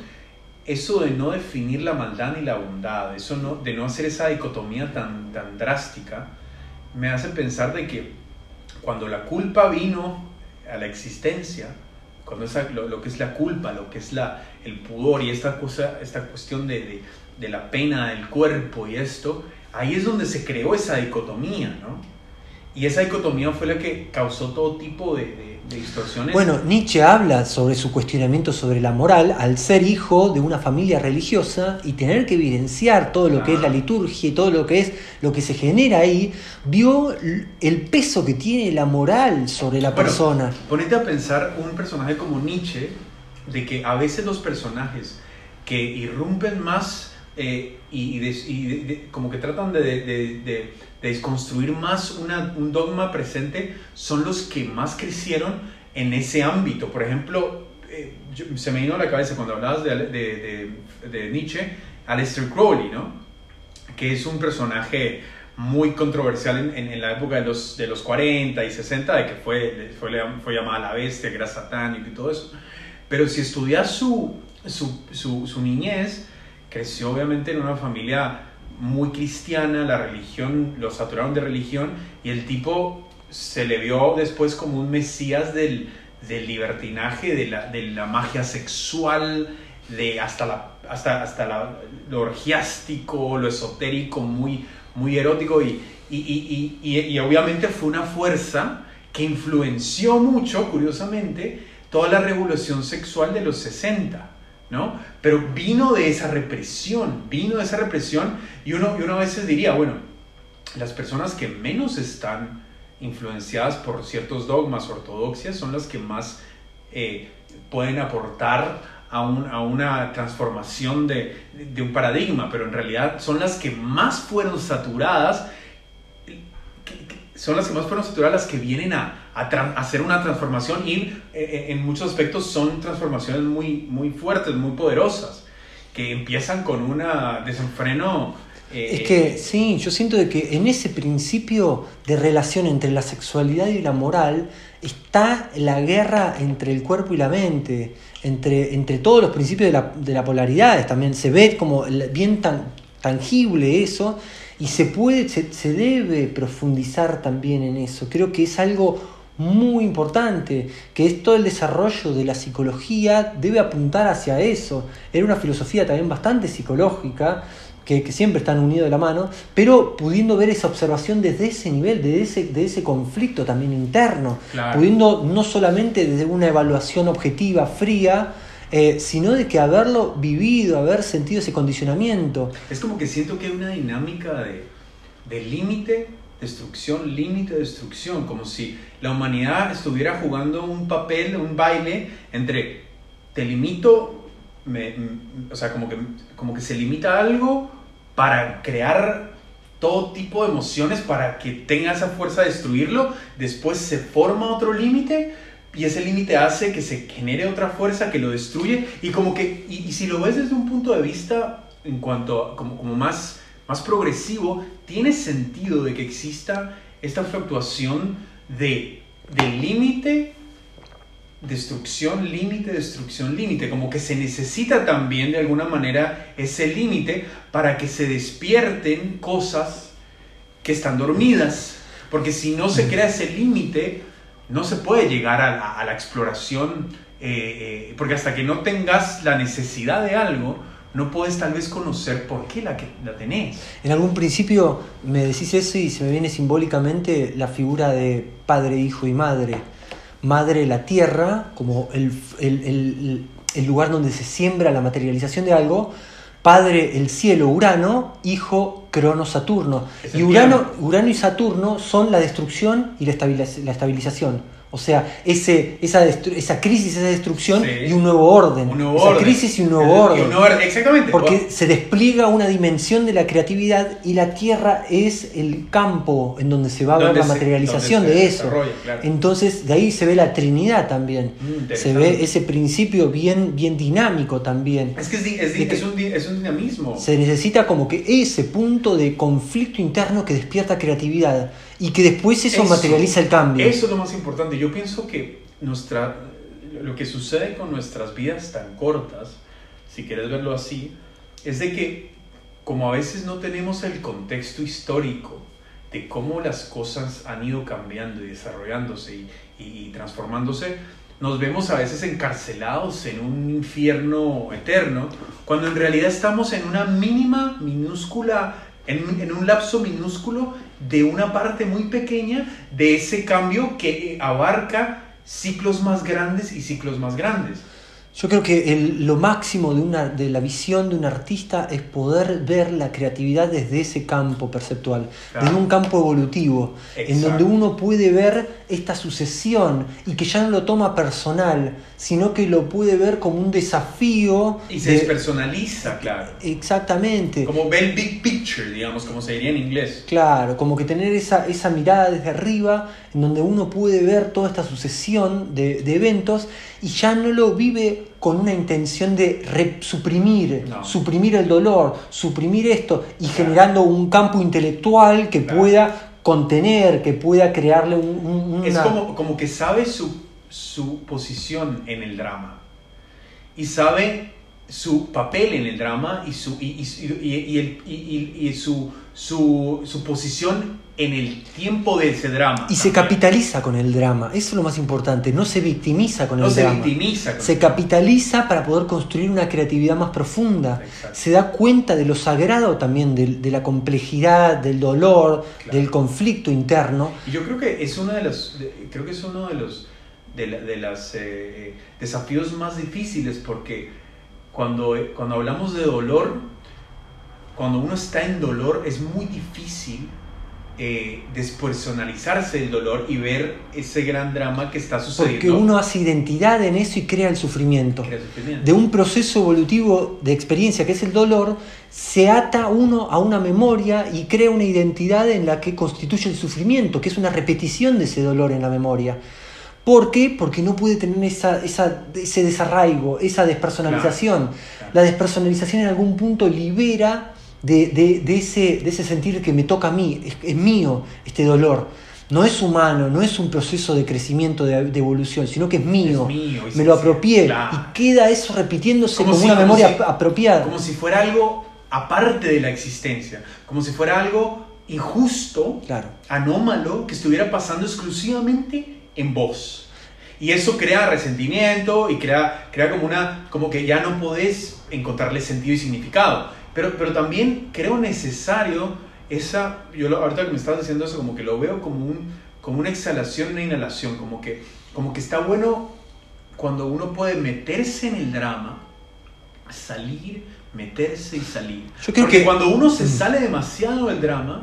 Eso de no definir la maldad ni la bondad, eso no, de no hacer esa dicotomía tan, tan drástica, me hace pensar de que cuando la culpa vino a la existencia, cuando esa, lo, lo que es la culpa, lo que es la, el pudor y esta, cosa, esta cuestión de, de, de la pena del cuerpo y esto, ahí es donde se creó esa dicotomía, ¿no? Y esa dicotomía fue la que causó todo tipo de, de, de distorsiones. Bueno, Nietzsche habla sobre su cuestionamiento sobre la moral al ser hijo de una familia religiosa y tener que evidenciar todo lo ah. que es la liturgia y todo lo que es lo que se genera ahí, vio el peso que tiene la moral sobre la bueno, persona. Ponete a pensar un personaje como Nietzsche, de que a veces los personajes que irrumpen más eh, y, y, de, y de, de, como que tratan de... de, de, de de desconstruir más una, un dogma presente, son los que más crecieron en ese ámbito. Por ejemplo, eh, yo, se me vino a la cabeza cuando hablabas de, de, de, de Nietzsche, Aleister Crowley, ¿no? Que es un personaje muy controversial en, en, en la época de los, de los cuarenta y sesenta, de que fue, fue, fue llamada la bestia, que era satánico y todo eso. Pero si estudias su, su, su, su niñez, creció obviamente en una familia muy cristiana, la religión, lo saturaron de religión, y el tipo se le vio después como un mesías del, del libertinaje, de la, de la magia sexual, de hasta, la, hasta, hasta la, lo orgiástico, lo esotérico, muy, muy erótico, y, y, y, y, y obviamente fue una fuerza que influenció mucho, curiosamente, toda la revolución sexual de los sesenta. ¿No? Pero vino de esa represión, vino de esa represión y uno, y uno a veces diría, bueno, las personas que menos están influenciadas por ciertos dogmas, ortodoxias, son las que más eh, pueden aportar a, un, a una transformación de, de un paradigma, pero en realidad son las que más fueron saturadas, son las que más fueron saturadas, las que vienen a, a, tra- a hacer una transformación y eh, en muchos aspectos son transformaciones muy, muy fuertes, muy poderosas, que empiezan con un desenfreno. Eh, es que sí, yo siento de que en ese principio de relación entre la sexualidad y la moral está la guerra entre el cuerpo y la mente, entre, entre todos los principios de la, de la polaridad, también se ve como bien tan tangible eso. Y se puede, se, se debe profundizar también en eso. Creo que es algo muy importante, que es todo el desarrollo de la psicología debe apuntar hacia eso. Era una filosofía también bastante psicológica, que, que siempre están unidos de la mano, pero pudiendo ver esa observación desde ese nivel, de ese, de ese conflicto también interno, Claro. pudiendo no solamente desde una evaluación objetiva, fría, eh, sino de que haberlo vivido, haber sentido ese condicionamiento. Es como que siento que hay una dinámica de, de límite, destrucción, límite, destrucción, como si la humanidad estuviera jugando un papel, un baile entre te limito, me, m- o sea, como que, como que se limita algo para crear todo tipo de emociones para que tenga esa fuerza de destruirlo, después se forma otro límite y ese límite hace que se genere otra fuerza que lo destruye y como que, y, y si lo ves desde un punto de vista en cuanto a, como, como más, más progresivo, tiene sentido de que exista esta fluctuación de, de límite, destrucción, límite, destrucción, límite, como que se necesita también de alguna manera ese límite para que se despierten cosas que están dormidas, porque si no se crea ese límite, no se puede llegar a, a, a la exploración, eh, eh, porque hasta que no tengas la necesidad de algo, no puedes tal vez conocer por qué la, que, la tenés. En algún principio me decís eso y se me viene simbólicamente la figura de padre, hijo y madre. Madre, la tierra, como el, el, el, el lugar donde se siembra la materialización de algo. Padre, el cielo, Urano. Hijo, Cronos, Saturno. Y Urano, Urano y Saturno son la destrucción y la, estabiliz- la estabilización. O sea, ese, esa, destru- esa crisis, esa destrucción Sí. y un nuevo orden. Un nuevo esa orden. crisis y un nuevo Y orden. un nuevo orden, exactamente. Porque se despliega una dimensión de la creatividad y la tierra es el campo en donde se va a ver Donde la se- materialización donde se de eso. desarrolla, claro. Entonces de ahí se ve la Trinidad también. Mm, Se interesante. ve ese principio bien, bien dinámico también. Es que es, di- es, di- De que es, un, di- es un dinamismo. Se necesita como que ese punto de conflicto interno que despierta creatividad y que después eso, Eso, materializa el cambio. Eso es lo más importante. Yo pienso que nuestra, lo que sucede con nuestras vidas tan cortas, si quieres verlo así, es de que como a veces no tenemos el contexto histórico de cómo las cosas han ido cambiando y desarrollándose y, y, y transformándose, nos vemos a veces encarcelados en un infierno eterno, cuando en realidad estamos en una mínima, minúscula, en, en un lapso minúsculo de una parte muy pequeña de ese cambio que abarca ciclos más grandes y ciclos más grandes. Yo creo que el, lo máximo de, una, de la visión de un artista es poder ver la creatividad desde ese campo perceptual, Claro. desde un campo evolutivo, en Exacto. donde uno puede ver esta sucesión y que ya no lo toma personal, sino que lo puede ver como un desafío. Y se de- despersonaliza, claro. Exactamente. Como ve el big picture, digamos, como se diría en inglés. Claro, como que tener esa, esa mirada desde arriba, en donde uno puede ver toda esta sucesión de, de eventos y ya no lo vive con una intención de re- suprimir, No. suprimir el dolor, suprimir esto y Claro. generando un campo intelectual que Claro. pueda contener, que pueda crearle un, un- una... Es como, como que sabe su, su posición en el drama. Y sabe su papel en el drama y, su, y, y, y, y, el- y- y- y su, su, su posición en el tiempo de ese drama. Y se también. capitaliza con el drama, eso es lo más importante, no se victimiza con No el se drama. victimiza. con Se el- capitaliza para poder construir una creatividad más profunda. Exacto. Se da cuenta de lo sagrado también, de, de la complejidad, del dolor, Claro. del conflicto interno. Y yo creo que es uno de los, de- creo que es uno de los de, la- de las eh, desafíos más difíciles porque cuando, cuando hablamos de dolor, cuando uno está en dolor es muy difícil eh, despersonalizarse del dolor y ver ese gran drama que está sucediendo. Porque uno hace identidad en eso y crea el sufrimiento. Crea sufrimiento. De un proceso evolutivo de experiencia que es el dolor, se ata uno a una memoria y crea una identidad en la que constituye el sufrimiento, que es una repetición de ese dolor en la memoria. ¿Por qué? Porque no puede tener esa, esa, ese desarraigo, esa despersonalización. Claro, claro. La despersonalización en algún punto libera de, de, de, ese, de ese sentir que me toca a mí, es, es mío este dolor. No es humano, no es un proceso de crecimiento, de, de evolución, sino que es mío. Es mío, y me sí, lo sí, apropié claro. y queda eso repitiéndose Como como, si- una como memoria si- apropiada. Como si fuera algo aparte de la existencia, como si fuera algo injusto, Claro. anómalo, que estuviera pasando exclusivamente en vos. Y eso crea resentimiento y crea, crea como una, como que ya no podés encontrarle sentido y significado. pero, pero también creo necesario esa, yo lo, ahorita que me estabas diciendo eso, como que lo veo como, un, como una exhalación, una inhalación, como que, como que está bueno cuando uno puede meterse en el drama, salir, meterse y salir. Yo creo Porque que cuando uno se sale demasiado del drama,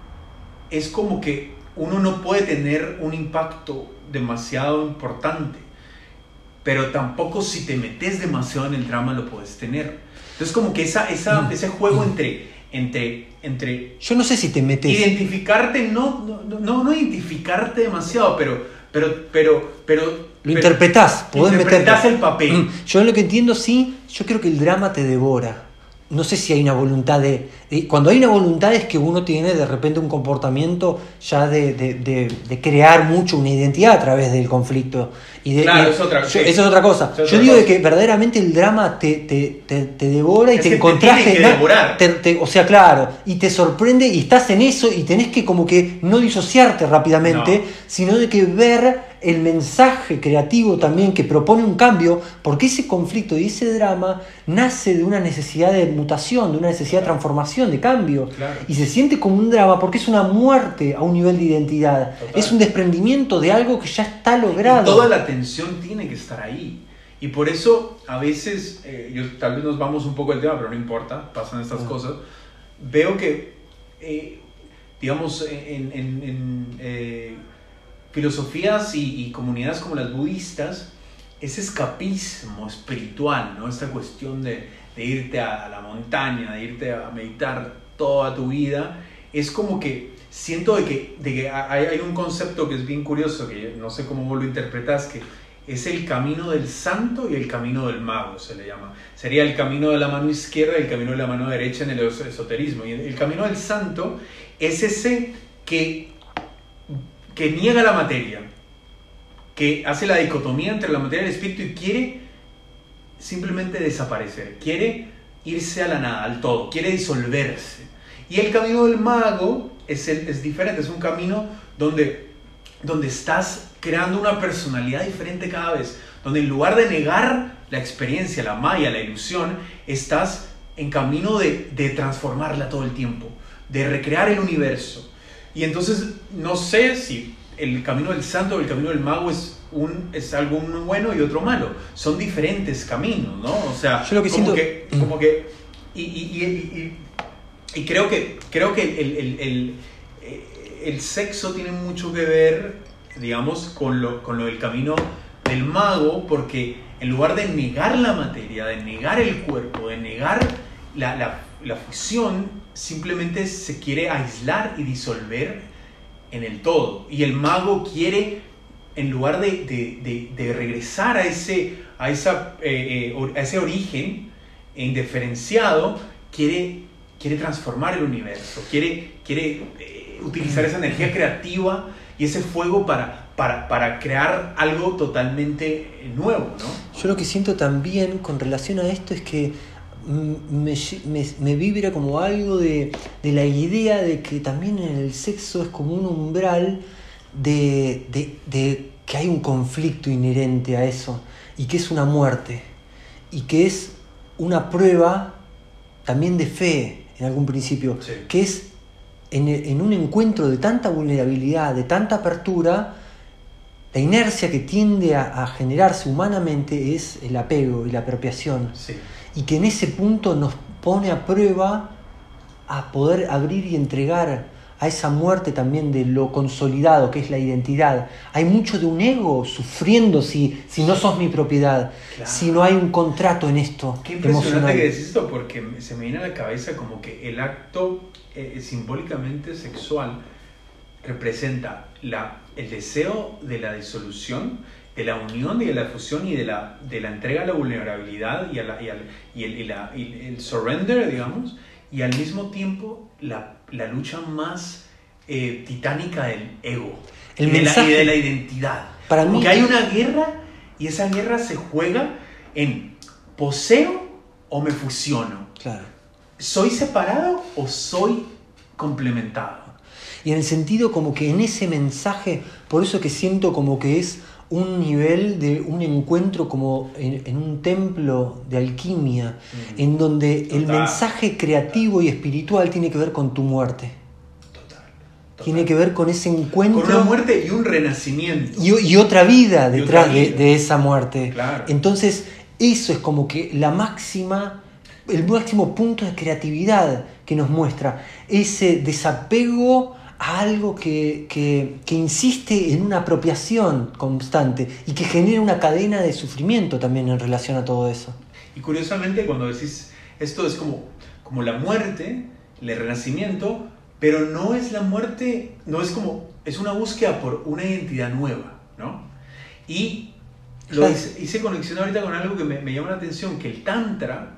es como que uno no puede tener un impacto demasiado importante, pero tampoco si te metes demasiado en el drama lo puedes tener. Entonces como que esa, esa, mm. ese juego entre, entre, entre... Yo no sé si te metes... Identificarte, no, no, no, no identificarte demasiado, pero... pero, pero, pero Lo pero, interpretás, podés interpretás meterte. el papel. Mm. Yo lo que entiendo, sí, yo creo que el drama te devora. No sé si hay una voluntad de, de... Cuando hay una voluntad es que uno tiene de repente un comportamiento ya de, de, de, de crear mucho una identidad a través del conflicto. Y de, claro, y, es otra, yo, sí. eso es otra cosa. Es otra yo digo cosa. de que verdaderamente el drama te, te, te, te devora y es te que encontrás... Te tiene que na- devorar. te, te, o sea, claro, y te sorprende y estás en eso y tenés que como que no disociarte rápidamente, No. sino de que ver el mensaje creativo también que propone un cambio, porque ese conflicto y ese drama nace de una necesidad de mutación, de una necesidad de transformación, de cambio. Claro. Y se siente como un drama porque es una muerte a un nivel de identidad. Total. Es un desprendimiento de algo que ya está logrado. Y toda la atención tiene que estar ahí. Y por eso a veces, eh, yo, tal vez nos vamos un poco del tema, pero no importa, pasan estas Ah. cosas. Veo que, eh, digamos, en, en, en eh, filosofías y, y comunidades como las budistas, ese escapismo espiritual, ¿no? Esta cuestión de, de irte a la montaña, de irte a meditar toda tu vida, es como que siento de que, de que hay, hay un concepto que es bien curioso, que no sé cómo vos lo interpretas, que es el camino del santo y el camino del mago, se le llama. Sería el camino de la mano izquierda y el camino de la mano derecha en el esoterismo. Y el camino del santo es ese que, que niega la materia, que hace la dicotomía entre la materia y el espíritu y quiere simplemente desaparecer, quiere irse a la nada, al todo, quiere disolverse. Y el camino del mago es, el, es diferente, es un camino donde, donde estás creando una personalidad diferente cada vez, donde en lugar de negar la experiencia, la maya, la ilusión, estás en camino de, de transformarla todo el tiempo, de recrear el universo. Y entonces no sé si el camino del santo o el camino del mago es, un, es algo uno bueno y otro malo, son diferentes caminos, ¿no? O sea, Yo lo que como, siento... que, como que y, y, y, y, y creo que creo que el, el, el, el sexo tiene mucho que ver, digamos, con lo, con lo del camino del mago, porque en lugar de negar la materia, de negar el cuerpo, de negar la, la, la fusión, simplemente se quiere aislar y disolver en el todo. Y el mago quiere, en lugar de, de, de, de regresar a ese, a, esa, eh, eh, a ese origen indiferenciado, quiere, quiere transformar el universo, quiere, quiere eh, utilizar esa energía creativa y ese fuego para, para, para crear algo totalmente nuevo, ¿no? Yo lo que siento también con relación a esto es que me, me, me vibra como algo de, de la idea de que también en el sexo es como un umbral de, de, de que hay un conflicto inherente a eso y que es una muerte y que es una prueba también de fe en algún principio, Sí. que es en, en un encuentro de tanta vulnerabilidad, de tanta apertura, la inercia que tiende a, a generarse humanamente es el apego y la apropiación. Sí. Y que en ese punto nos pone a prueba a poder abrir y entregar a esa muerte también de lo consolidado que es la identidad. Hay mucho de un ego sufriendo si, si no sos mi propiedad, Claro. si no hay un contrato en esto. Qué impresionante emocional. que decís esto, porque se me viene a la cabeza como que el acto eh, simbólicamente sexual representa la, el deseo de la disolución, de la unión y de la fusión y de la, de la entrega a la vulnerabilidad y, a la, y, al, y, el, y, la, y el surrender, digamos, y al mismo tiempo la, la lucha más eh, titánica del ego El y, de la, mensaje- y de la identidad. Para Como mí- que hay una guerra y esa guerra se juega en poseo o me fusiono. Claro. ¿Soy separado o soy complementado? Y en el sentido como que en ese mensaje, por eso que siento como que es un nivel de un encuentro como en, en un templo de alquimia, mm. en donde Total. el mensaje creativo y espiritual tiene que ver con tu muerte. Total. Total. Tiene que ver con ese encuentro. Con una muerte y un renacimiento. Y, y otra vida detrás otra vida. De, de esa muerte. Claro. Entonces, eso es como que la máxima, el máximo punto de creatividad que nos muestra. Ese desapego a algo que, que, que insiste en una apropiación constante y que genera una cadena de sufrimiento también en relación a todo eso. Y curiosamente cuando decís esto es como, como la muerte, el renacimiento, pero no es la muerte, no es como, es una búsqueda por una identidad nueva, ¿no? Y lo hice, hice conexión ahorita con algo que me, me llama la atención, que el Tantra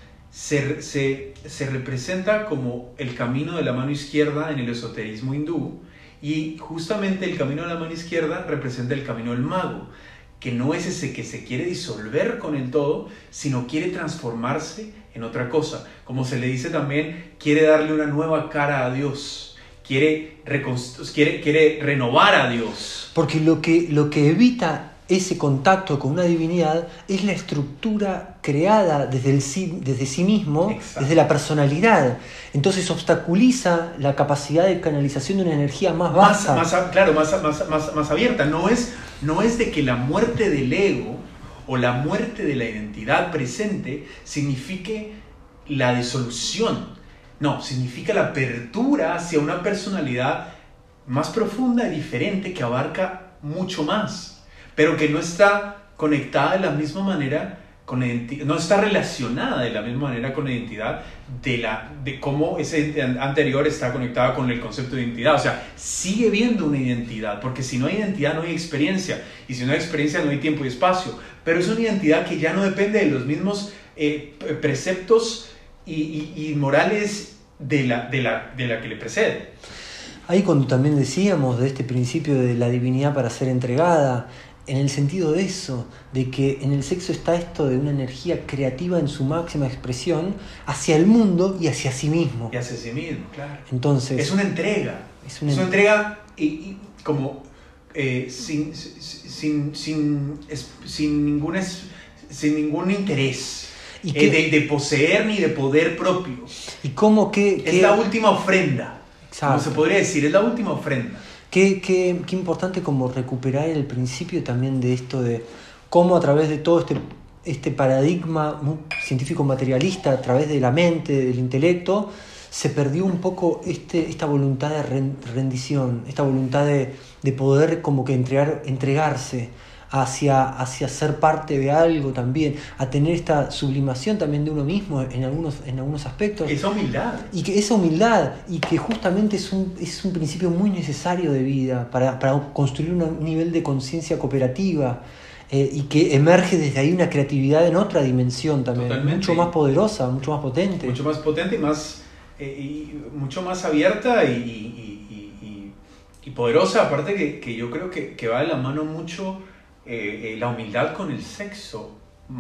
Se, se, se representa como el camino de la mano izquierda en el esoterismo hindú, y justamente el camino de la mano izquierda representa el camino del mago, que no es ese que se quiere disolver con el todo, sino quiere transformarse en otra cosa. Como se le dice también, quiere darle una nueva cara a Dios, quiere, reconstru- quiere, quiere renovar a Dios. Porque lo que, lo que evita ese contacto con una divinidad es la estructura creada desde, el sí, desde sí mismo, Exacto. desde la personalidad. Entonces obstaculiza la capacidad de canalización de una energía más baja. Más, más, claro, más, más, más, más abierta. No es, no es de que la muerte del ego o la muerte de la identidad presente signifique la disolución. No, significa la apertura hacia una personalidad más profunda y diferente que abarca mucho más, pero que no está conectada de la misma manera con la identidad, no está relacionada de la misma manera con la identidad de, la, de cómo ese anterior está conectada con el concepto de identidad. O sea, sigue viendo una identidad, porque si no hay identidad no hay experiencia, y si no hay experiencia no hay tiempo y espacio, pero es una identidad que ya no depende de los mismos eh, preceptos y, y, y morales de la, de, la, de la que le precede. Ahí cuando también decíamos de este principio de la divinidad para ser entregada, en el sentido de eso, de que en el sexo está esto de una energía creativa en su máxima expresión hacia el mundo y hacia sí mismo. Y hacia sí mismo, claro. Entonces, es una entrega. Es una, es una entrega y, y como eh, sin, sin, sin, sin, ningún, sin ningún interés ¿Y eh, de, de poseer ni de poder propio. ¿Y cómo que, Es que... la última ofrenda. Exacto. Como se podría decir, es la última ofrenda. Qué, qué, qué importante como recuperar el principio también de esto de cómo a través de todo este, este paradigma científico materialista, a través de la mente, del intelecto, se perdió un poco este, esta voluntad de rendición, esta voluntad de, de poder como que entregar, entregarse hacia, hacia ser parte de algo también, a tener esta sublimación también de uno mismo en algunos, en algunos aspectos. Esa humildad. Y que esa humildad, y que justamente es un, es un principio muy necesario de vida para, para construir una, un nivel de conciencia cooperativa, eh, y que emerge desde ahí una creatividad en otra dimensión también. Totalmente. Mucho más poderosa, mucho más potente. Mucho más potente y, más, eh, y mucho más abierta y, y, y, y, y poderosa, aparte que, que yo creo que, que va de la mano mucho eh, eh, la humildad con el sexo.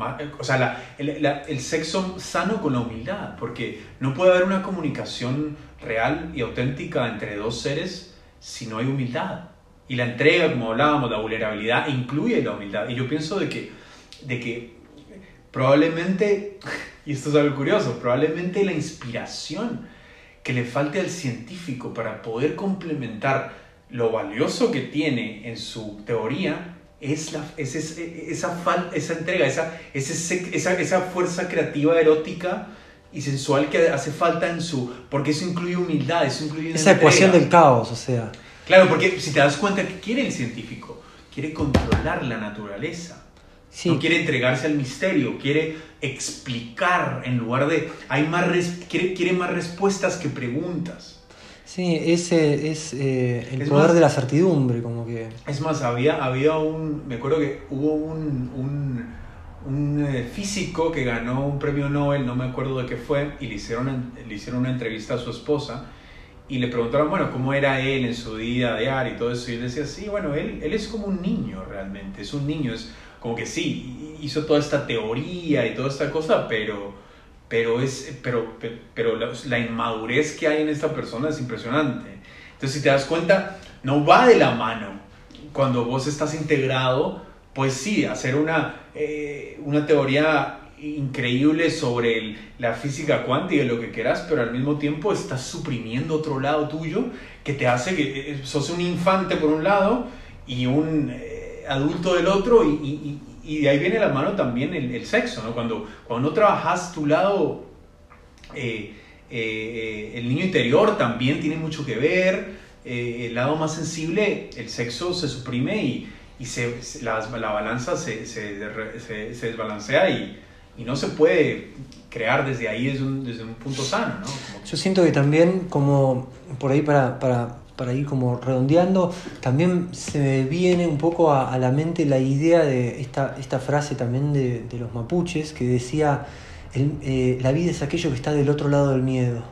O sea, la, el, la, el sexo sano con la humildad, porque no puede haber una comunicación real y auténtica entre dos seres si no hay humildad. Y la entrega, como hablábamos, la vulnerabilidad incluye la humildad. Y yo pienso de que, de que probablemente, y esto es algo curioso, probablemente la inspiración que le falte al científico para poder complementar lo valioso que tiene en su teoría es, la, es, es esa, fal, esa entrega, esa, ese, esa, esa fuerza creativa, erótica y sensual que hace falta en su... Porque eso incluye humildad, eso incluye esa entrega. Ecuación del caos, o sea... Claro, porque si te das cuenta, ¿qué quiere el científico? Quiere controlar la naturaleza. Sí. No quiere entregarse al misterio, quiere explicar en lugar de... Hay más res, quiere, quiere más respuestas que preguntas. Sí, ese es eh, el es poder más, de la certidumbre, como que... Es más, había, había un... Me acuerdo que hubo un, un, un eh, físico que ganó un premio Nobel, no me acuerdo de qué fue, y le hicieron, le hicieron una entrevista a su esposa, y le preguntaron, bueno, cómo era él en su día diario y todo eso, y él decía, sí, bueno, él, él es como un niño realmente, es un niño, es como que sí, hizo toda esta teoría y toda esta cosa, pero... Pero, es, pero, pero la, la inmadurez que hay en esta persona es impresionante. Entonces, si te das cuenta, no va de la mano cuando vos estás integrado, pues sí, hacer una, eh, una teoría increíble sobre el, la física cuántica y lo que quieras, pero al mismo tiempo estás suprimiendo otro lado tuyo que te hace que eh, sos un infante por un lado y un eh, adulto del otro, y, y, y de ahí viene la mano también el, el sexo, ¿no? Cuando, cuando no trabajas tu lado, eh, eh, el niño interior también tiene mucho que ver, eh, el lado más sensible, el sexo se suprime y, y se, se, la, la balanza se, se, se, se desbalancea y Y no se puede crear desde ahí, desde un, desde un punto sano, ¿no? Como... Yo siento que también, como por ahí para, para, para ir como redondeando, también se me viene un poco a, a la mente la idea de esta, esta frase también de, de los mapuches, que decía, el, eh, la vida es aquello que está del otro lado del miedo.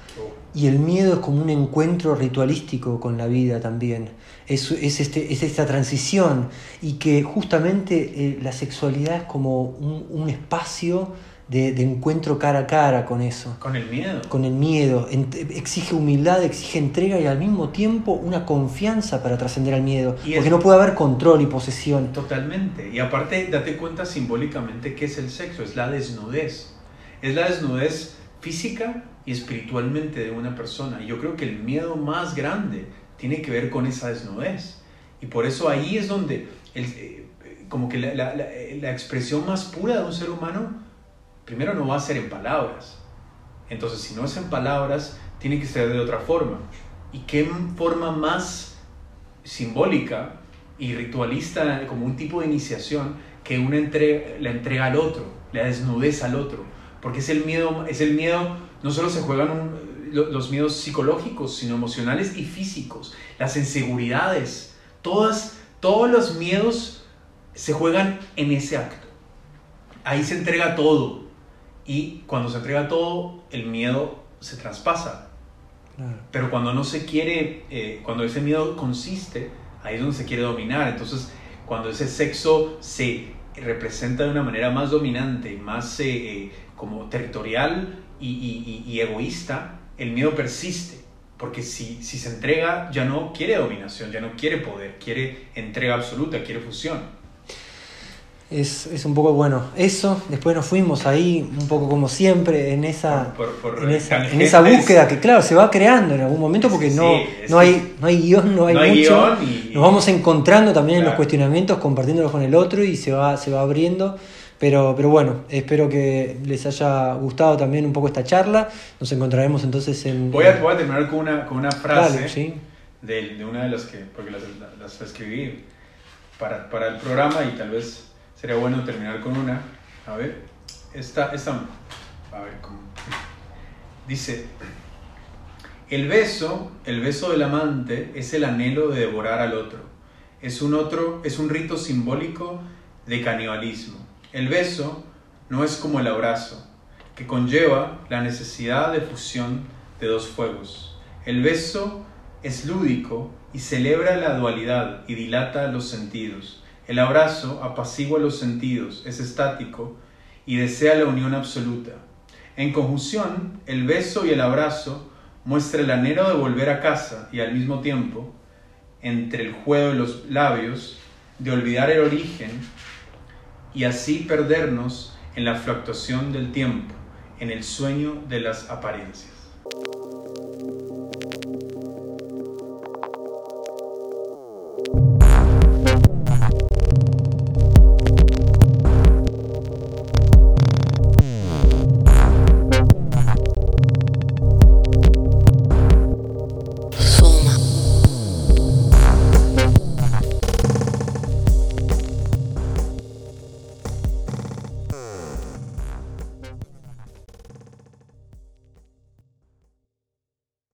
Y el miedo es como un encuentro ritualístico con la vida también. Es, es, este, es esta transición, y que justamente eh, la sexualidad es como un, un espacio de, de encuentro cara a cara con eso. Con el miedo. Con el miedo. Ent- exige humildad, exige entrega y al mismo tiempo una confianza para trascender al miedo. Y porque es... no puede haber control y posesión. Totalmente. Y aparte, date cuenta simbólicamente qué es el sexo. Es la desnudez. Es la desnudez física y espiritualmente de una persona. Y yo creo que el miedo más grande tiene que ver con esa desnudez. Y por eso ahí es donde el, eh, como que la, la, la, la expresión más pura de un ser humano, primero no va a ser en palabras. Entonces, si no es en palabras, tiene que ser de otra forma. ¿Y qué forma más simbólica y ritualista, como un tipo de iniciación, que una entrega, la entrega al otro, la desnudez al otro? Porque es el miedo, es el miedo, no solo se juegan un, los miedos psicológicos, sino emocionales y físicos, las inseguridades, todas, todos los miedos se juegan en ese acto. Ahí se entrega todo, y cuando se entrega todo, el miedo se traspasa. Claro. Pero cuando no se quiere, eh, cuando ese miedo consiste, ahí es donde se quiere dominar. Entonces, cuando ese sexo se representa de una manera más dominante, más eh, eh, como territorial y, y, y, y egoísta, el miedo persiste, porque si, si se entrega, ya no quiere dominación, ya no quiere poder, quiere entrega absoluta, quiere fusión. Es, es un poco bueno eso. Después nos fuimos ahí un poco como siempre en esa, por, por, por en, esa en esa búsqueda que claro se va creando en algún momento, porque sí, no, no, hay, no hay guión, no hay, no hay mucho. Y, nos vamos encontrando también, claro, en los cuestionamientos, compartiéndolos con el otro, y se va, se va abriendo. Pero, pero bueno, espero que les haya gustado también un poco esta charla. Nos encontraremos entonces en... Voy a, voy a terminar con una, con una frase. Dale, ¿sí? de, de una de las que, porque las, las escribí para, para el programa, y tal vez sería bueno terminar con una. A ver, esta, esta a ver, ¿cómo? Dice: el beso, el beso del amante es el anhelo de devorar al otro. Es un otro, es un rito simbólico de canibalismo. El beso no es como el abrazo, que conlleva la necesidad de fusión de dos fuegos. El beso es lúdico y celebra la dualidad y dilata los sentidos. El abrazo apacigua los sentidos, es estático y desea la unión absoluta. En conjunción, el beso y el abrazo muestra el anhelo de volver a casa y al mismo tiempo, entre el juego de los labios, de olvidar el origen y así perdernos en la fluctuación del tiempo, en el sueño de las apariencias.